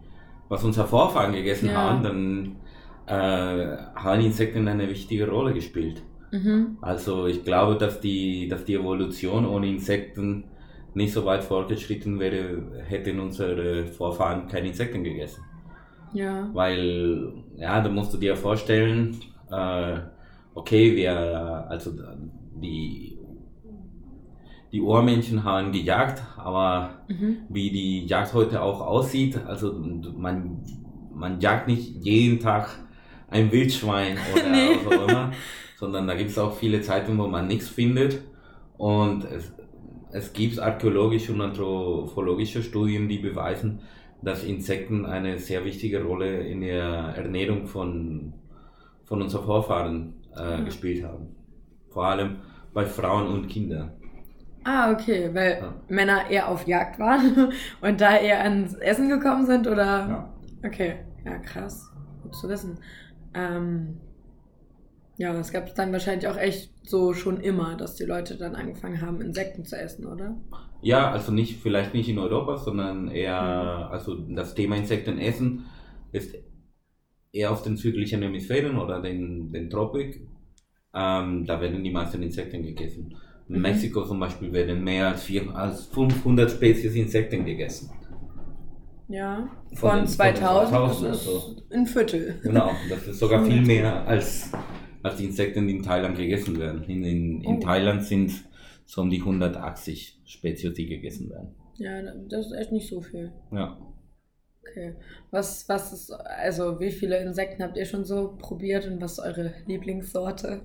was unsere Vorfahren gegessen Ja. haben, dann äh, haben Insekten eine wichtige Rolle gespielt. Mhm. Also ich glaube, dass die, dass die Evolution ohne Insekten nicht so weit fortgeschritten wäre, hätten unsere Vorfahren keine Insekten gegessen. Ja. Weil, ja, da musst du dir vorstellen, äh, okay, wir, also die, die Urmenschen haben gejagt, aber Mhm. wie die Jagd heute auch aussieht, also man, man jagt nicht jeden Tag ein Wildschwein oder Nee. was auch immer, sondern da gibt es auch viele Zeiten, wo man nichts findet und es, es gibt archäologische und anthropologische Studien, die beweisen, dass Insekten eine sehr wichtige Rolle in der Ernährung von, von unseren Vorfahren äh, Ja. gespielt haben. Vor allem bei Frauen und Kindern. Ah, okay, weil Ja. Männer eher auf Jagd waren und da eher ans Essen gekommen sind, oder? Ja. Okay, ja, krass. Gut zu wissen. Ähm, ja, das gab es dann wahrscheinlich auch echt so schon immer, dass die Leute dann angefangen haben, Insekten zu essen, oder? Ja, also nicht, vielleicht nicht in Europa, sondern eher, also das Thema Insektenessen ist eher auf den südlichen Hemisphären oder den, den Tropik. Ähm, da werden die meisten Insekten gegessen. In Mhm. Mexiko zum Beispiel werden mehr als, vier, als fünfhundert Spezies Insekten gegessen. Ja, Von von, den- zweitausend, von den das zweitausend, ist also. ein Viertel. Genau, das ist sogar viel mehr als, als die Insekten, die in Thailand gegessen werden. In, in, in Oh. Thailand sind so um die hundertachtzig Spezies, die gegessen werden. Ja, das ist echt nicht so viel. Ja. Okay. Was, was ist, also wie viele Insekten habt ihr schon so probiert und was ist eure Lieblingssorte?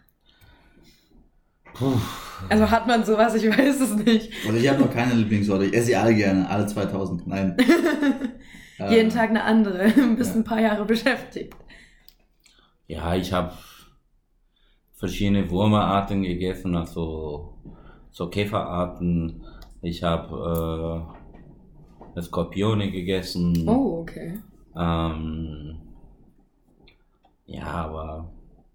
Puh. Also hat man sowas, ich weiß es nicht. Also ich habe noch keine Lieblingssorte. Ich esse sie alle gerne, alle zweitausend. Nein. Jeden Äh, Tag eine andere, bist ja. ein paar Jahre beschäftigt. Ja, ich habe verschiedene Wurmerarten gegessen, also so Käferarten. Ich habe äh, Skorpione gegessen. Oh, okay. Ähm, ja, aber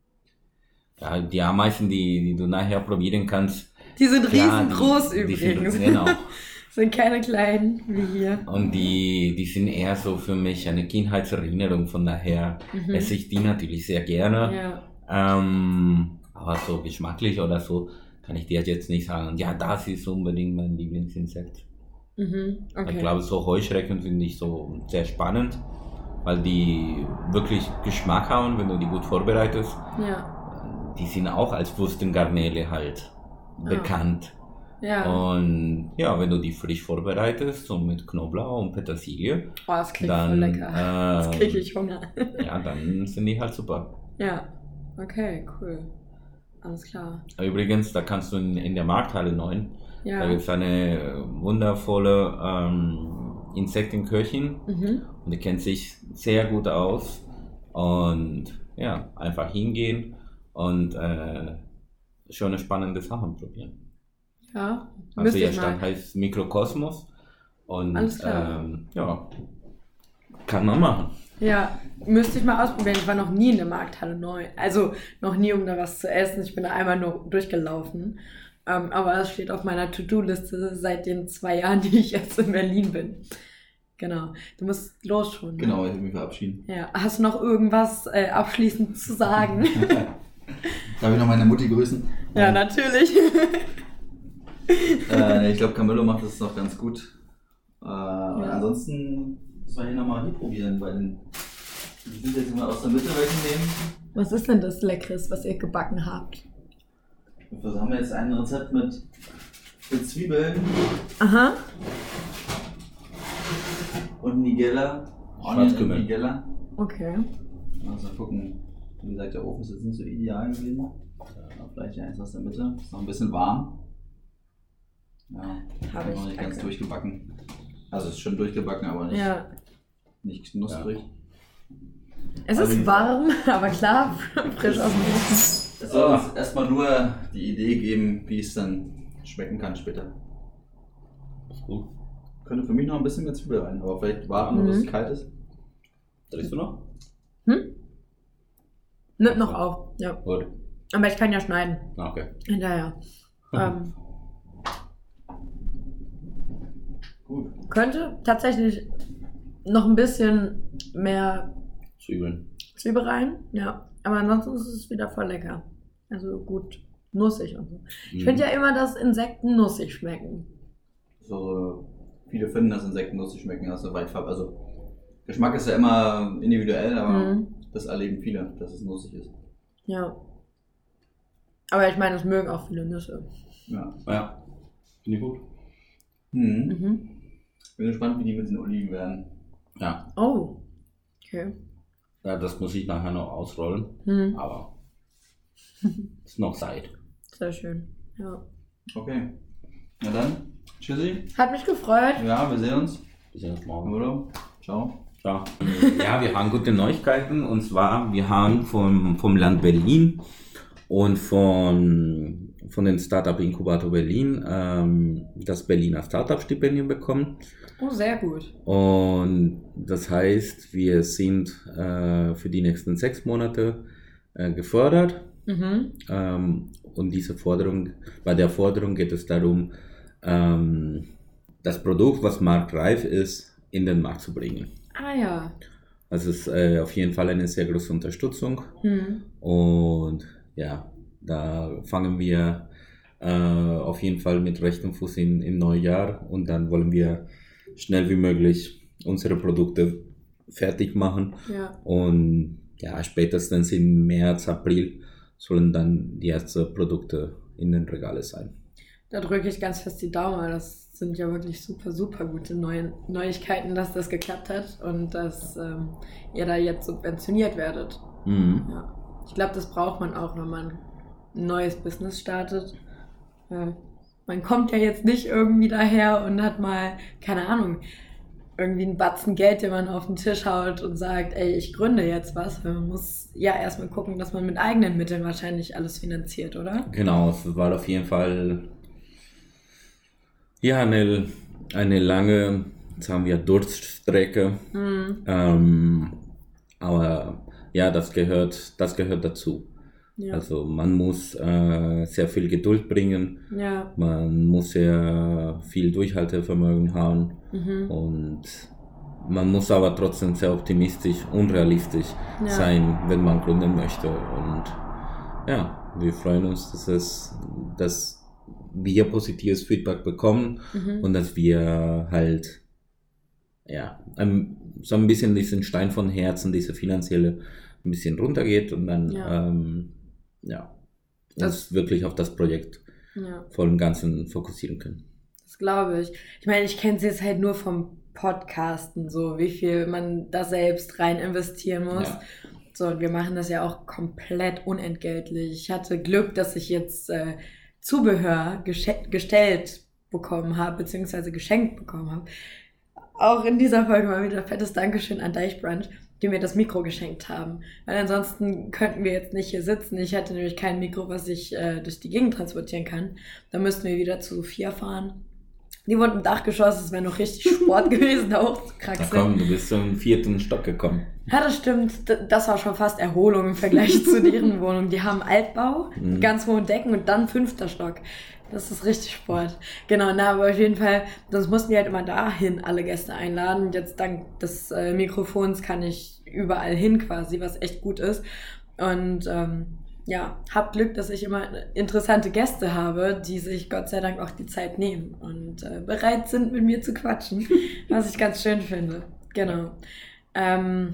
ja, die Ameisen, die, die du nachher probieren kannst. Die sind klar, riesengroß die, die übrigens. Sind, genau. Sind keine kleinen wie hier. Und die, die sind eher so für mich eine Kindheitserinnerung, von daher Mhm. esse ich die natürlich sehr gerne. Ja. Ähm, aber so geschmacklich oder so kann ich dir jetzt nicht sagen. Ja, das ist unbedingt mein Lieblingsinsekt. Mhm. Okay. Ich glaube, so Heuschrecken finde ich so sehr spannend, weil die wirklich Geschmack haben, wenn du die gut vorbereitest. Ja. Die sind auch als Wurstengarnele halt Ah. bekannt. Ja. Und ja, wenn du die frisch vorbereitest, so mit Knoblauch und Petersilie, Oh, das klingt dann, voll lecker. Jetzt kriege ähm, ich Hunger. ja, dann sind die halt super. Ja. Okay, cool. Alles klar. Übrigens, da kannst du in, in der Markthalle neun, da Ja. gibt es eine äh, wundervolle ähm, Insektenköchin Mhm. und die kennt sich sehr gut aus und ja, einfach hingehen und äh, schöne spannende Sachen probieren. Ja. Also Müsste ihr ich Stand mal. heißt Mikrokosmos und Alles klar. ähm, ja, kann man machen. Ja, müsste ich mal ausprobieren. Ich war noch nie in der Markthalle neu. Also noch nie, um da was zu essen. Ich bin da einmal nur durchgelaufen. Ähm, aber das steht auf meiner To-Do-Liste seit den zwei Jahren, die ich jetzt in Berlin bin. Genau. Du musst los schon. Ne? Genau, ich will mich verabschieden. Ja. Hast du noch irgendwas äh, abschließend zu sagen? Darf ich noch meine Mutti grüßen? Ja, Ähm, natürlich. Äh, ich glaube, Camillo macht das noch ganz gut. Äh, und ansonsten müssen wir hier nochmal hier probieren, weil den, die sind jetzt mal aus der Mitte wegnehmen. Was ist denn das Leckeres, was ihr gebacken habt? Wir haben jetzt ein Rezept mit, mit Zwiebeln Aha. und Nigella. Onion und Schwarzkümmel. Nigella. Okay. Also gucken. Wie gesagt, der Ofen ist jetzt nicht so ideal gewesen. Ja, vielleicht ja eins aus der Mitte. Ist noch ein bisschen warm. Ja, Habe noch ich, nicht ganz danke. durchgebacken. Also es ist schon durchgebacken, aber nicht, Ja. nicht knusprig. Es Also ist die- warm, aber klar, frisch aus dem Ofen. Es soll uns erstmal nur die Idee geben, wie es dann schmecken kann später. Ist gut. Könnte für mich noch ein bisschen mehr Zwiebel rein, aber vielleicht warten, Mhm. bis es kalt ist. Drehst du noch? Hm? Nimmt noch auf, ja. Gut. Aber ich kann ja schneiden. Ah, okay. Hinterher. ähm, Gut. könnte tatsächlich noch ein bisschen mehr Zwiebeln. Zwiebel rein, ja. Aber ansonsten ist es wieder voll lecker. Also gut, nussig und so. Ich Mhm. finde ja immer, dass Insekten nussig schmecken. So, viele finden, dass Insekten nussig schmecken, aus der Weitfarbe. Also, Geschmack ist ja immer individuell, aber Mhm. das erleben viele, dass es nussig ist. Ja. Aber ich meine, es mögen auch viele Nüsse. Ja, ja. Finde ich gut. Mhm. Mhm. Bin gespannt, wie die mit den Oliven werden. Ja, Oh. Okay. ja, das muss ich nachher noch ausrollen, Mhm. aber ist noch Zeit. Sehr schön. Ja. Okay. Na dann, tschüssi. Hat mich gefreut. Ja, wir sehen uns. Wir sehen uns morgen. Hallo. Ciao. Ja. ja, wir haben gute Neuigkeiten und zwar, wir haben vom, vom Land Berlin und von, von den Startup Inkubator Berlin ähm, das Berliner Startup Stipendium bekommen. Oh, sehr gut. Und das heißt, wir sind äh, für die nächsten sechs Monate äh, gefördert. Mhm. Ähm, und diese Forderung, bei der Forderung geht es darum, ähm, das Produkt, was marktreif ist, in den Markt zu bringen. Ah ja. Also es ist äh, auf jeden Fall eine sehr große Unterstützung. Mhm. Und ja, da fangen wir äh, auf jeden Fall mit rechtem Fuß in, im Neujahr und dann wollen wir schnell wie möglich unsere Produkte fertig machen. Ja. Und ja, spätestens im März, April sollen dann die ersten Produkte in den Regalen sein. Da drücke ich ganz fest die Daumen, weil das sind ja wirklich super, super gute Neu- Neuigkeiten, dass das geklappt hat und dass ähm, ihr da jetzt subventioniert werdet. Mhm. Ja. Ich glaube, das braucht man auch, wenn man ein neues Business startet. Äh, man kommt ja jetzt nicht irgendwie daher und hat mal, keine Ahnung, irgendwie einen Batzen Geld, den man auf den Tisch haut und sagt, ey, ich gründe jetzt was. Man muss ja erstmal gucken, dass man mit eigenen Mitteln wahrscheinlich alles finanziert, oder? Genau, es war auf jeden Fall ja, eine, eine lange, sagen wir, Durststrecke. Mhm. Ähm, aber ja, das gehört, das gehört dazu. Ja. Also man muss äh, sehr viel Geduld bringen, Ja. man muss sehr viel Durchhaltevermögen haben Mhm. und man muss aber trotzdem sehr optimistisch und realistisch Ja. sein, wenn man gründen möchte. Und ja, wir freuen uns, dass es, dass wir positives Feedback bekommen Mhm. und dass wir halt ja ein, so ein bisschen diesen Stein von Herzen, diese finanzielle, ein bisschen runtergeht und dann Ja. ähm, ja uns Das- wirklich auf das Projekt Ja. voll und Ganzen fokussieren können. Das glaube ich. Ich meine, ich kenne es jetzt halt nur vom Podcasten, so wie viel man da selbst rein investieren muss. Ja. So, und wir machen das ja auch komplett unentgeltlich. Ich hatte Glück, dass ich jetzt äh, Zubehör gesche- gestellt bekommen habe, beziehungsweise geschenkt bekommen habe. Auch in dieser Folge mal wieder fettes Dankeschön an Deichbrand, die mir das Mikro geschenkt haben. Weil ansonsten könnten wir jetzt nicht hier sitzen. Ich hätte nämlich kein Mikro, was ich äh, durch die Gegend transportieren kann. Dann müssten wir wieder zu Sophia fahren. Die wohnt im Dachgeschoss, es wäre noch richtig Sport gewesen, da Na hochzukraxeln. komm, du bist zum vierten Stock gekommen. Ja, das stimmt. D- Das war schon fast Erholung im Vergleich zu deren Wohnung. Die haben Altbau, Mhm. ganz hohen Decken und dann fünfter Stock. Das ist richtig Sport. Genau, na, aber auf jeden Fall, sonst mussten wir halt immer dahin alle Gäste einladen. Und jetzt dank des äh, Mikrofons kann ich überall hin quasi, was echt gut ist. Und ähm, ja, hab Glück, dass ich immer interessante Gäste habe, die sich Gott sei Dank auch die Zeit nehmen und äh, bereit sind, mit mir zu quatschen, was ich ganz schön finde. Genau. Ähm,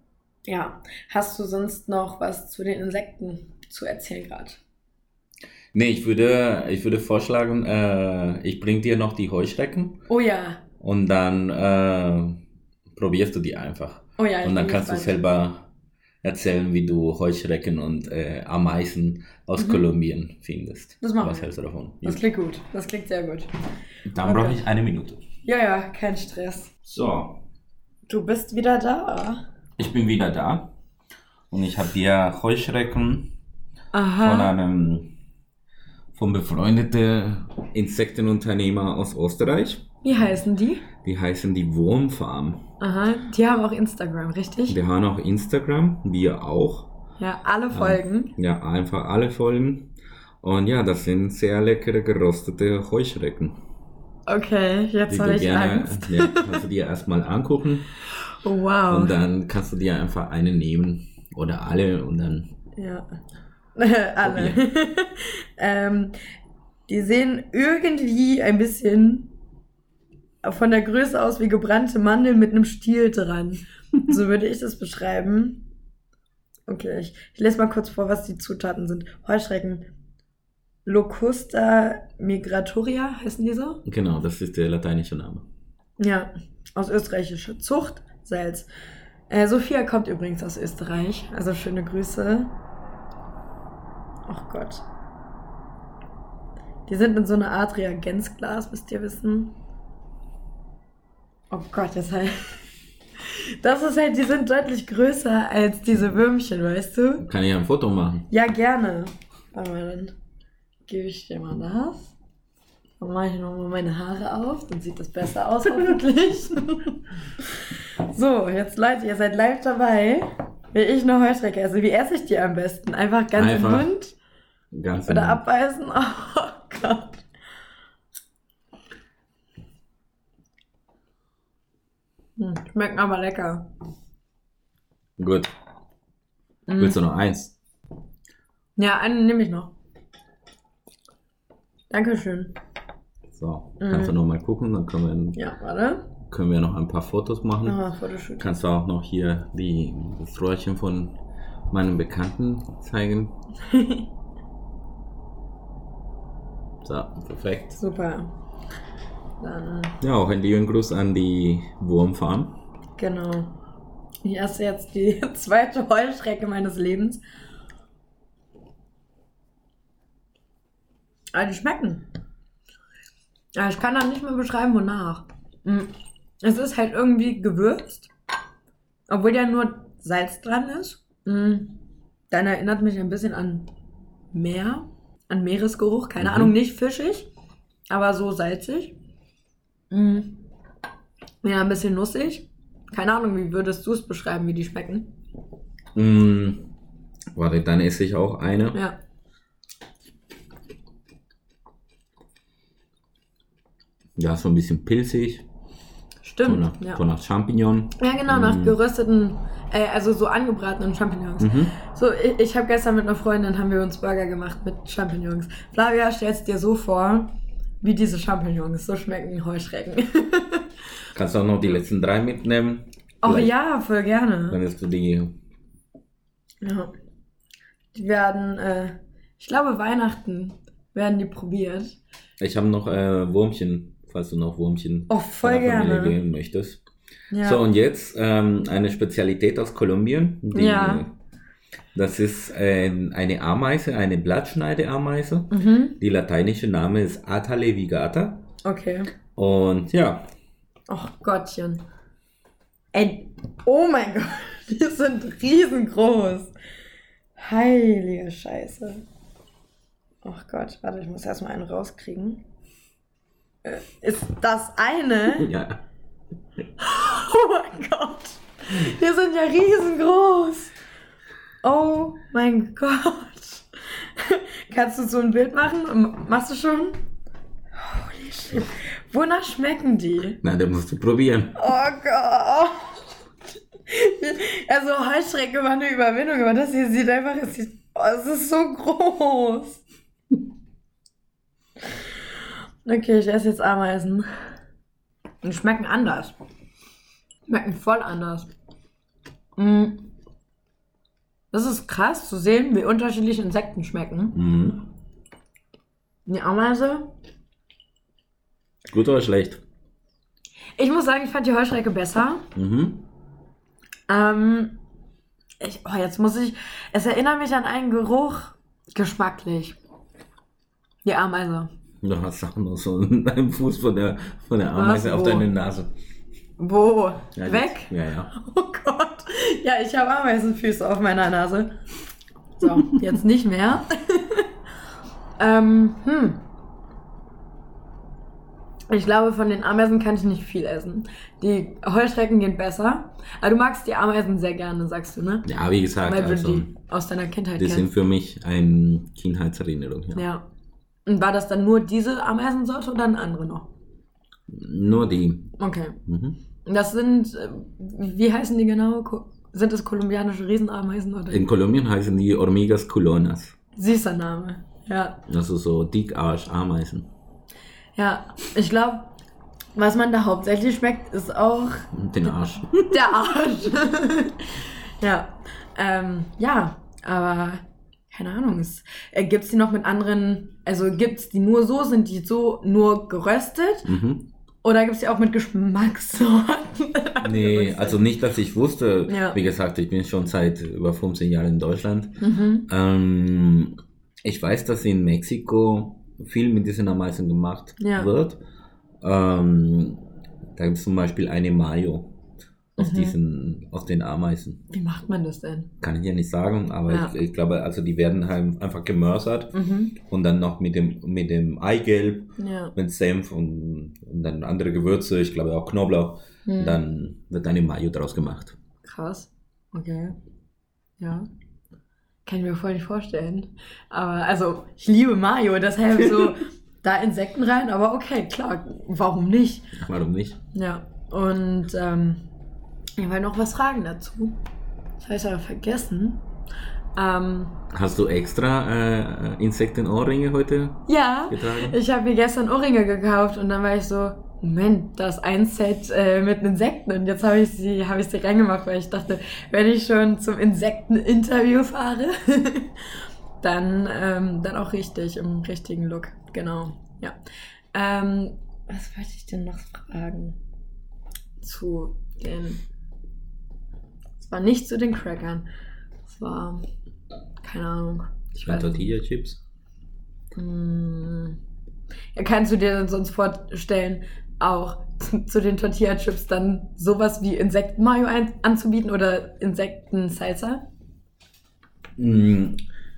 ja, hast du sonst noch was zu den Insekten zu erzählen gerade? Nee, ich würde, ich würde vorschlagen, äh, ich bring dir noch die Heuschrecken Oh ja, und dann äh, probierst du die einfach. oh ja. ich Und dann bin kannst du gespannt. selber erzählen, wie du Heuschrecken und äh, Ameisen aus Mhm. Kolumbien findest. Das machen Was wir. hältst du davon? Das klingt gut, das klingt sehr gut. Dann okay. brauche ich eine Minute. Ja, ja, kein Stress. So, Du bist wieder da. ich bin wieder da und ich habe dir Heuschrecken von Aha. einem vom befreundeten Insektenunternehmer aus Österreich. Wie heißen die? Die heißen die Wurmfarm. Aha, die haben auch Instagram, richtig? Die haben auch Instagram, wir auch. Ja, alle Folgen. Ja, einfach alle Folgen. Und ja, das sind sehr leckere geröstete Heuschrecken. Okay, Die jetzt du habe ich gerne, Angst. ja, kannst du dir erstmal angucken. Oh, wow. Und dann kannst du dir einfach eine nehmen oder alle und dann... Ja, alle. ähm, die sehen irgendwie ein bisschen von der Größe aus wie gebrannte Mandeln mit einem Stiel dran. So würde ich das beschreiben. Okay, ich, ich lese mal kurz vor, was die Zutaten sind. Heuschrecken. Locusta migratoria heißen die so? Genau, das ist der lateinische Name. Ja, aus österreichischer Zucht, Salz. Äh, Sophia kommt übrigens aus Österreich, also schöne Grüße. Ach Gott. Die sind in so einer Art Reagenzglas, müsst ihr wissen. Oh Gott, das halt... Das ist halt, die sind deutlich größer als diese Würmchen, weißt du? Kann ich ein Foto machen? Ja, gerne. Warte mal, dann gebe ich dir mal das. Dann mache ich nochmal meine Haare auf, dann sieht das besser aus, hoffentlich. So, jetzt Leute, ihr seid live dabei, wie ich eine Heuschrecke esse. Wie esse ich die am besten? Einfach ganz Einfach im Mund? Ganz Oder im Mund. abbeißen? Oh Gott. Hm, schmeckt aber lecker. Gut. Mm. Willst du noch eins? Ja, einen nehme ich noch. Dankeschön. So, Mhm. kannst du noch mal gucken, dann können wir, Ja, warte. können wir noch ein paar Fotos machen. Ah, Fotoshoot. Kannst du auch noch hier die, das Röhrchen von meinem Bekannten zeigen. So, perfekt. Super. Dann, Ja, auch einen lieben Gruß an die Wurmfarm. genau. Ich esse jetzt die zweite Heuschrecke meines Lebens. Aber die schmecken. Aber ich kann dann nicht mehr beschreiben, wonach. Mm. Es ist halt irgendwie gewürzt. Obwohl ja nur Salz dran ist. Mm. Dann erinnert mich ein bisschen an Meer. An Meeresgeruch. Keine Mhm. Ahnung, nicht fischig. Aber so salzig. Mm. Ja, ein bisschen nussig. Keine Ahnung, wie würdest du es beschreiben, wie die schmecken? Mm, warte, dann esse ich auch eine. Ja. Ja, so ein bisschen pilzig. So Stimmt. nach, Ja. so nach Champignon. Ja, genau, nach Mm. gerösteten, äh, also so angebratenen Champignons. Mhm. So, ich, ich habe gestern mit einer Freundin, haben wir uns Burger gemacht mit Champignons. Flavia, stellst dir so vor, wie diese Champignons, so schmecken Heuschrecken. Kannst du auch noch die letzten drei mitnehmen? Oh Vielleicht ja, voll gerne. Könntest du die... Ja. Die werden, äh, ich glaube Weihnachten werden die probiert. Ich habe noch äh, Wurmchen, falls du noch Wurmchen Oh, voll von der Familie gerne. geben möchtest. Ja. So, und jetzt ähm, eine Spezialität aus Kolumbien. Die, Ja. Das ist äh, eine Ameise, eine Blattschneideameise. Mhm. Die lateinische Name ist Atta levigata. Okay. Und ja, Ach Gottchen. Ey, oh mein Gott, die sind riesengroß. Heilige Scheiße. Ach Gott, warte, ich muss erstmal einen rauskriegen. Äh, ist das eine? ja. Oh mein Gott. Die sind ja riesengroß. Oh mein Gott. Kannst du so ein Bild machen? M- Machst du schon? Holy shit. Wonach schmecken die? Na, da musst du probieren. Oh Gott. Also Heuschrecke war eine Überwindung, aber das hier sieht einfach, es, sieht, oh, es ist so groß. Okay, ich esse jetzt Ameisen. Die schmecken anders. Schmecken voll anders. Mm. Das ist krass zu sehen, wie unterschiedlich Insekten schmecken. Mhm. Die Ameise. Gut oder schlecht? Ich muss sagen, ich fand die Heuschrecke besser. Mhm. Ähm, ich, oh, jetzt muss ich. Es erinnert mich an einen Geruch. Geschmacklich. Die Ameise. Du hast auch noch so einen Fuß von der, von der Ameise Was? auf Wo? deine Nase. Wo? Ja, Weg? jetzt- Ja, ja. Oh Gott. Ja, ich habe Ameisenfüße auf meiner Nase. So, jetzt nicht mehr. ähm, hm. Ich glaube, von den Ameisen kann ich nicht viel essen. Die Heuschrecken gehen besser. Aber du magst die Ameisen sehr gerne, sagst du, ne? Ja, wie gesagt, Weil du also, die aus deiner Kindheit die sind kennst. für mich eine Kindheitserinnerung. Ja. Ja. Und war das dann nur diese Ameisensorte oder eine andere noch? Nur die. Okay. Mhm. Das sind, äh, wie heißen die genau? Ko- Sind es kolumbianische Riesenameisen oder? In Kolumbien heißen die Hormigas culonas. Süßer Name, ja. Also so Dickarsch-Ameisen. Ja, ich glaube, was man da hauptsächlich schmeckt, ist auch Den Arsch. der Arsch. ja, ähm, ja, aber keine Ahnung. Es, äh, gibt's die noch mit anderen, also gibt's die nur so, sind die so nur geröstet? Mhm. Oder gibt's die auch mit Geschmackssorten? Nee, also nicht, dass ich wusste. Ja. Wie gesagt, ich bin schon seit über fünfzehn Jahren in Deutschland. Mhm. Ähm, ich weiß, dass in Mexiko viel mit diesen Ameisen gemacht Ja. wird. Ähm, da gibt es zum Beispiel eine Mayo aus, Mhm. diesen, aus den Ameisen. Wie macht man das denn? Kann ich ja nicht sagen, aber Ja. ich, ich glaube, also die werden halt einfach gemörsert Mhm. und dann noch mit dem, mit dem Eigelb, Ja. mit Senf und, und dann andere Gewürze, ich glaube auch Knoblauch. Hm. Dann wird eine Mayo draus gemacht. Krass. Okay. Ja. Kann ich mir voll nicht vorstellen. Aber, also, ich liebe Mayo, deshalb so da Insekten rein, aber okay, klar, warum nicht? Warum nicht? Ja. Und, ähm, ich wollte noch was fragen dazu. Das habe ich aber vergessen. Ähm, Hast du extra äh, Insektenohrringe heute ja, getragen? ich habe mir gestern Ohrringe gekauft und dann war ich so, Moment, da ist ein Set äh, mit Insekten und jetzt habe ich sie, habe ich sie reingemacht, weil ich dachte, wenn ich schon zum Insekteninterview fahre, dann, ähm, dann auch richtig, im richtigen Look. Genau, ja. Ähm, was wollte ich denn noch fragen? Zu den, es war nicht zu den Crackern, es war, keine Ahnung. Ich weiß nicht. Tortilla-Chips? Hm. Ja, kannst du dir dann sonst vorstellen, auch zu den Tortilla-Chips dann sowas wie Insekten-Mayo ein- anzubieten oder Insekten-Salsa? Mm.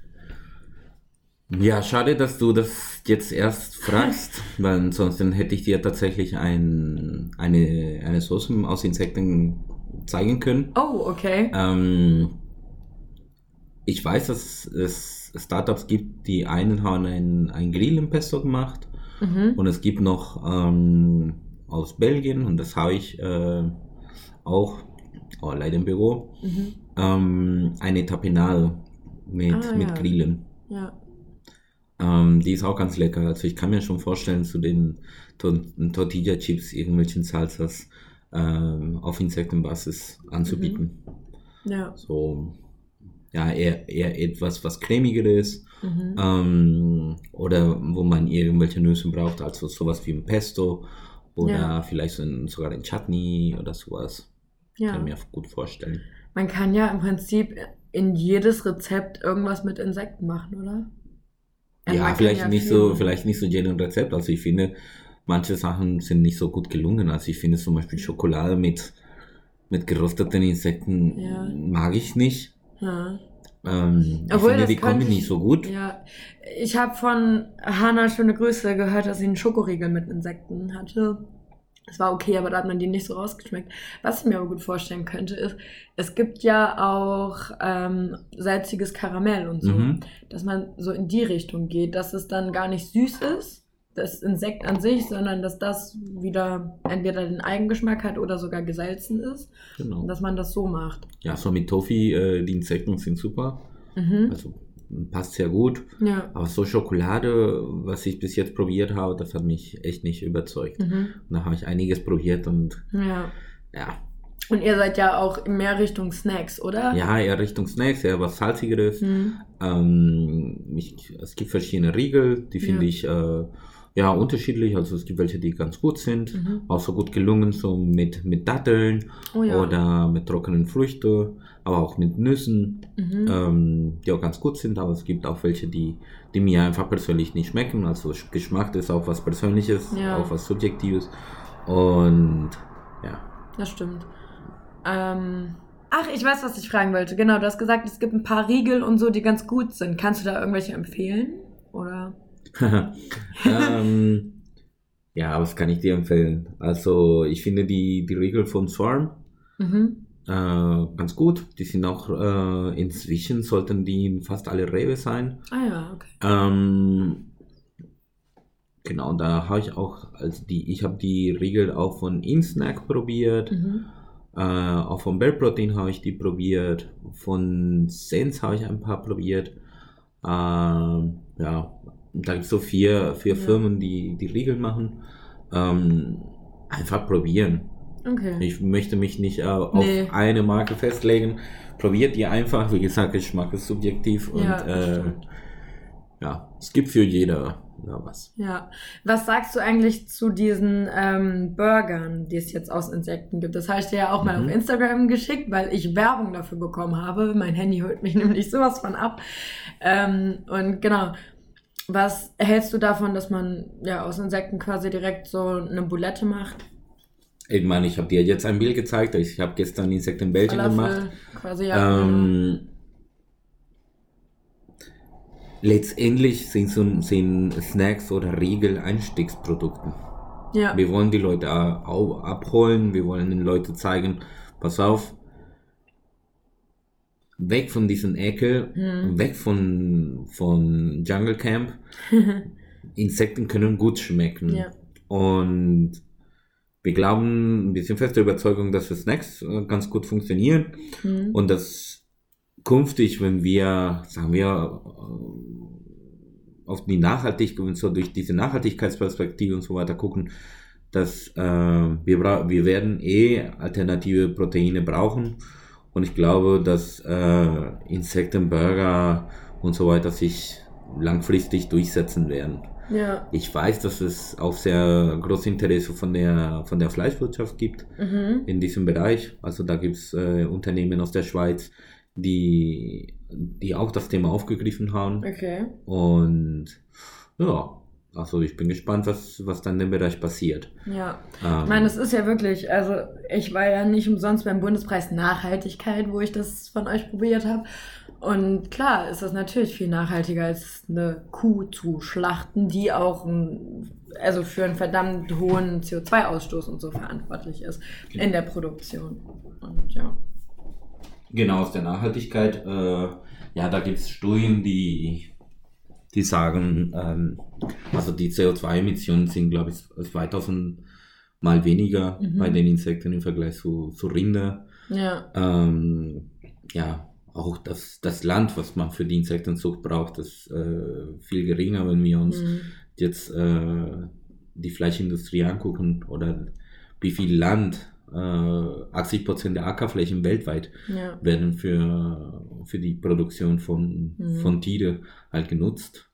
Ja, schade, dass du das jetzt erst fragst, weil ansonsten hätte ich dir tatsächlich ein, eine, eine Sauce aus Insekten zeigen können. Oh, okay. Ähm, ich weiß, dass es Startups gibt, die einen haben ein, ein Grillenpesto gemacht. Mhm. Und es gibt noch ähm, aus Belgien, und das habe ich äh, auch, oh, leider im Büro, Mhm. ähm, eine Tapenade mit, Ah, mit ja. Grillen. Ja. Ähm, die ist auch ganz lecker. Also ich kann mir schon vorstellen, zu den Tor- Tortilla-Chips irgendwelchen Salsas ähm, auf Insektenbasis anzubieten. Ja. So, ja, eher, eher etwas, was cremigeres. Mhm. Ähm, oder wo man irgendwelche Nüsse braucht, also sowas wie ein Pesto oder Ja. vielleicht so ein, sogar ein Chutney oder sowas. Kann Ja. ich mir gut vorstellen. Man kann ja im Prinzip in jedes Rezept irgendwas mit Insekten machen, oder? Also Ja, man kann vielleicht ja nicht viel so, machen. vielleicht nicht so jeden Rezept. Also ich finde, manche Sachen sind nicht so gut gelungen. Also ich finde zum Beispiel Schokolade mit, mit gerösteten Insekten Ja. mag ich nicht. Ja. Ähm, ich Obwohl, finde das die Kombi könnte ich- nicht so gut. Ja, ich habe von Hannah, schöne Grüße, gehört, dass sie einen Schokoriegel mit Insekten hatte. Es war okay, aber da hat man die nicht so rausgeschmeckt. Was ich mir aber gut vorstellen könnte, ist, es gibt ja auch ähm, salziges Karamell und so, Mhm. dass man so in die Richtung geht, dass es dann gar nicht süß ist, das Insekt an sich, sondern dass das wieder entweder den Eigengeschmack hat oder sogar gesalzen ist Genau. und dass man das so macht. Ja, so mit Toffee, äh, die Insekten sind super. Mhm. Also passt sehr gut. Ja. Aber so Schokolade, was ich bis jetzt probiert habe, das hat mich echt nicht überzeugt. Mhm. Und da habe ich einiges probiert und Ja. ja, Und ihr seid ja auch mehr Richtung Snacks, oder? ja, eher Richtung Snacks, eher was Salzigeres. Hm. Ähm, ich, es gibt verschiedene Riegel, die finde Ja. ich äh, ja unterschiedlich. Also es gibt welche, die ganz gut sind, Mhm. auch so gut gelungen, so mit, mit Datteln Oh ja. oder mit trockenen Früchten, aber auch mit Nüssen. Mhm. ähm, die auch ganz gut sind, aber es gibt auch welche, die, die mir einfach persönlich nicht schmecken. Also Geschmack ist auch was Persönliches, Ja. auch was Subjektives. Und ja, Das stimmt. Ähm, ach, ich weiß, was ich fragen wollte. Genau, du hast gesagt, es gibt ein paar Riegel und so, die ganz gut sind. Kannst du da irgendwelche empfehlen? Oder? ähm, ja, was kann ich dir empfehlen? Also ich finde die, die Riegel von Swarm Mhm. äh, ganz gut. Die sind auch äh, inzwischen sollten die in fast alle Rewe sein. Ah ja, okay. Ähm, genau, da habe ich auch, also die, ich habe die Riegel auch von InSnack probiert, Mhm. äh, auch von Bell Protein habe ich die probiert, von Sense habe ich ein paar probiert. Ähm, ja, da gibt es so vier, vier Ja. Firmen, die die Riegel machen. Ähm, einfach probieren. Okay. Ich möchte mich nicht äh, auf Nee. eine Marke festlegen. Probiert die einfach. Wie gesagt, Geschmack ist subjektiv und Ja, das äh, stimmt. ja, es gibt für jeder ja, was. Ja. Was sagst du eigentlich zu diesen ähm, Burgern, die es jetzt aus Insekten gibt? Das habe ich dir ja auch mal Mhm. auf Instagram geschickt, weil ich Werbung dafür bekommen habe. Mein Handy holt mich nämlich sowas von ab. Ähm, und genau, was hältst du davon, dass man ja aus Insekten quasi direkt so eine Boulette macht? Ich meine, ich habe dir jetzt ein Bild gezeigt. Ich habe gestern Insekten in Belgien gemacht. Falafel, quasi, ja. genau. Ähm, letztendlich sind, so, sind Snacks oder Riegel Einstiegsprodukte. Ja, Wir wollen die Leute a- au- abholen, wir wollen den Leuten zeigen, pass auf, weg von diesen Ecke, Hm. weg von, von Jungle Camp. Insekten können gut schmecken. ja, Und wir glauben, wir sind fest der Überzeugung, dass die Snacks äh, ganz gut funktionieren hm. und dass künftig, wenn wir, sagen wir, äh, auf die Nachhaltigkeit, so durch diese Nachhaltigkeitsperspektive und so weiter gucken, dass äh, wir, bra- wir werden eh alternative Proteine brauchen und ich glaube, dass äh, Insektenburger und so weiter sich langfristig durchsetzen werden. ja, Ich weiß, dass es auch sehr großes Interesse von der, von der Fleischwirtschaft gibt mhm. in diesem Bereich. Also da gibt es äh, Unternehmen aus der Schweiz, die, die auch das Thema aufgegriffen haben. Okay. Und ja, also ich bin gespannt, was, was dann in dem Bereich passiert. Ja. Ähm, Ich meine, es ist ja wirklich, also ich war ja nicht umsonst beim Bundespreis Nachhaltigkeit, wo ich das von euch probiert habe. Und klar ist das natürlich viel nachhaltiger, als eine Kuh zu schlachten, die auch ein, also für einen verdammt hohen C O zwei Ausstoß und so verantwortlich ist in der Produktion. Und ja. Genau, aus der Nachhaltigkeit, äh, ja, da gibt es Studien, die, die sagen, ähm, also die C O zwei Emissionen sind, glaube ich, zweitausend Mal weniger Mhm. bei den Insekten im Vergleich zu, zu Rinder. Ja, Ähm, ja, auch das, das Land, was man für die Insektenzucht braucht, ist äh, viel geringer, wenn wir uns mhm. jetzt äh, die Fleischindustrie angucken oder wie viel Land, äh, achtzig Prozent der Ackerflächen weltweit Ja, werden für, für die Produktion von, Mhm. von Tiere halt genutzt.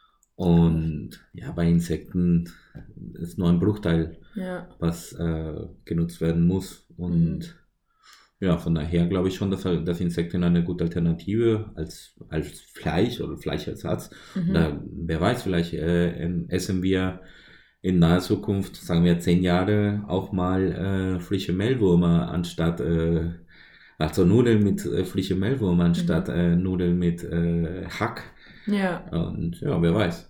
Und ja, bei Insekten ist nur ein Bruchteil, ja, was äh, genutzt werden muss. Und ja, von daher glaube ich schon, dass, halt- dass Insekten eine gute Alternative als, als Fleisch oder Fleischersatz. mhm. Oder wer weiß, vielleicht äh, ähm, essen wir in naher Zukunft, sagen wir zehn Jahre, auch mal äh, frische Mehlwürmer anstatt, äh, also Nudeln mit äh, frische Mehlwürmer anstatt äh, Nudeln mit äh, Hack. ja. Und ja, wer weiß.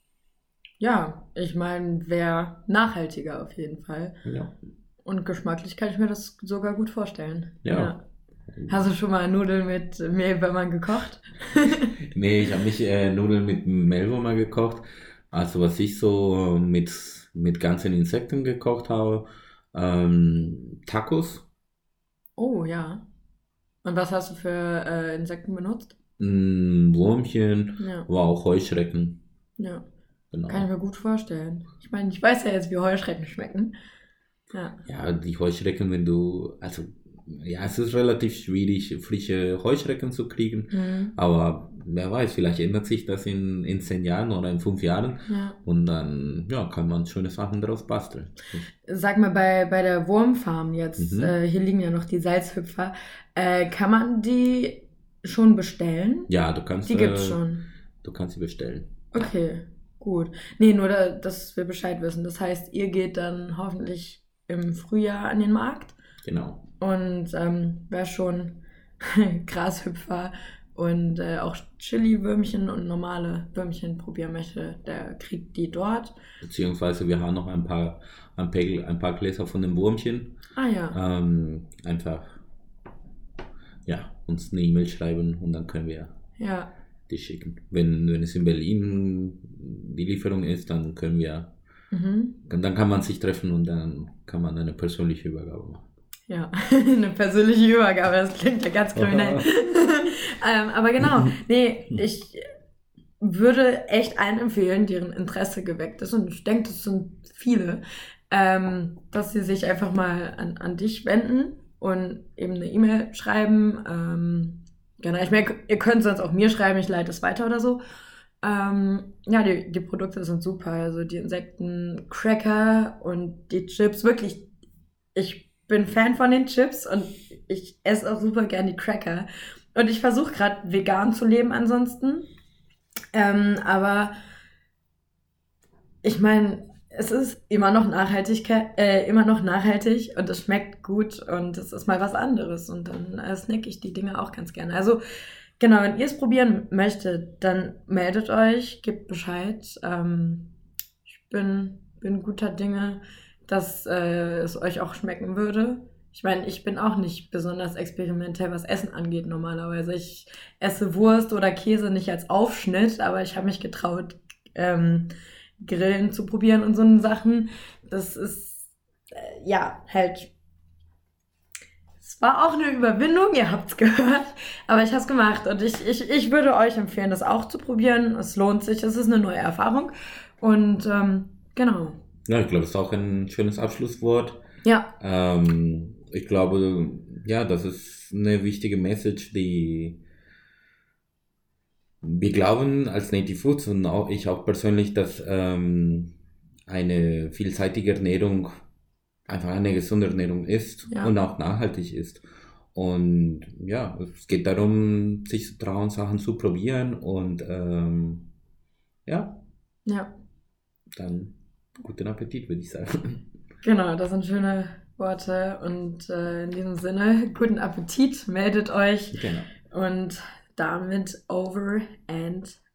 Ja, ich meine, wäre nachhaltiger auf jeden Fall. Ja. Und geschmacklich kann ich mir das sogar gut vorstellen. Ja. Hast du schon mal Nudeln mit Mehlwürmern gekocht? Nee, ich habe nicht äh, Nudeln mit Mehlwürmer gekocht. Also was ich so mit, mit ganzen Insekten gekocht habe, ähm, Tacos, Oh ja. Und was hast du für äh, Insekten benutzt? mh, Wurmchen, Ja, aber auch Heuschrecken. ja. Genau. Kann ich mir gut vorstellen. Ich meine, ich weiß ja jetzt, wie Heuschrecken schmecken. Ja. Ja, die Heuschrecken, wenn du, also ja, es ist relativ schwierig, frische Heuschrecken zu kriegen, Mhm. aber wer weiß, vielleicht ändert sich das in, in zehn Jahren oder in fünf Jahren Ja. und dann ja, kann man schöne Sachen daraus basteln. Sag mal, bei, bei der Wurmfarm jetzt, Mhm. äh, hier liegen ja noch die Salzhüpfer, äh, kann man die schon bestellen? Ja, du kannst, Die gibt's äh, schon. du kannst sie bestellen. Okay, gut. Nee, nur, da, dass wir Bescheid wissen. Das heißt, ihr geht dann hoffentlich im Frühjahr an den Markt Genau. und ähm, wer schon Grashüpfer und äh, auch Chili-Würmchen und normale Würmchen probieren möchte, der kriegt die dort. Beziehungsweise wir haben noch ein paar, ein paar, ein paar Gläser von den Wurmchen. Ah ja, Ähm, einfach ja, uns eine E-Mail schreiben und dann können wir ja. die schicken. Wenn, wenn es in Berlin die Lieferung ist, dann können wir, Mhm. dann kann man sich treffen und dann kann man eine persönliche Übergabe machen. Ja, eine persönliche Übergabe, das klingt ja ganz kriminell. ähm, aber genau, nee, ich würde echt allen empfehlen, deren Interesse geweckt ist, und ich denke, das sind viele, ähm, dass sie sich einfach mal an, an dich wenden und eben eine E-Mail schreiben. Ähm, genau, ich meine, ihr könnt sonst auch mir schreiben, ich leite es weiter oder so. Ähm, ja, die, die Produkte sind super, also die Insekten-Cracker und die Chips, wirklich, ich bin Fan von den Chips und ich esse auch super gern die Cracker. Und ich versuche gerade vegan zu leben ansonsten. Ähm, aber ich meine, es ist immer noch Nachhaltigkeit, äh, immer noch nachhaltig und es schmeckt gut und es ist mal was anderes und dann äh, snack ich die Dinge auch ganz gerne. Also genau, wenn ihr es probieren möchtet, dann meldet euch, gebt Bescheid. Ähm, ich bin, bin guter Dinge, dass äh, es euch auch schmecken würde. Ich meine, ich bin auch nicht besonders experimentell, was Essen angeht normalerweise. Ich esse Wurst oder Käse nicht als Aufschnitt, aber ich habe mich getraut, ähm, Grillen zu probieren und so Sachen. Das ist, äh, ja, halt, es war auch eine Überwindung, ihr habt's gehört, aber ich habe es gemacht und ich, ich, ich würde euch empfehlen, das auch zu probieren. Es lohnt sich, es ist eine neue Erfahrung und ähm, genau. Ja, ich glaube, es ist auch ein schönes Abschlusswort. Ja. Ähm, ich glaube, ja, das ist eine wichtige Message, die wir glauben als Native Foods und auch ich auch persönlich, dass ähm, eine vielseitige Ernährung einfach eine gesunde Ernährung ist Ja. und auch nachhaltig ist. Und ja, es geht darum, sich zu trauen, Sachen zu probieren und ähm, ja, Ja, dann guten Appetit, würde ich sagen. genau, das sind schöne Worte und äh, in diesem Sinne, guten Appetit, meldet euch Genau. und damit over and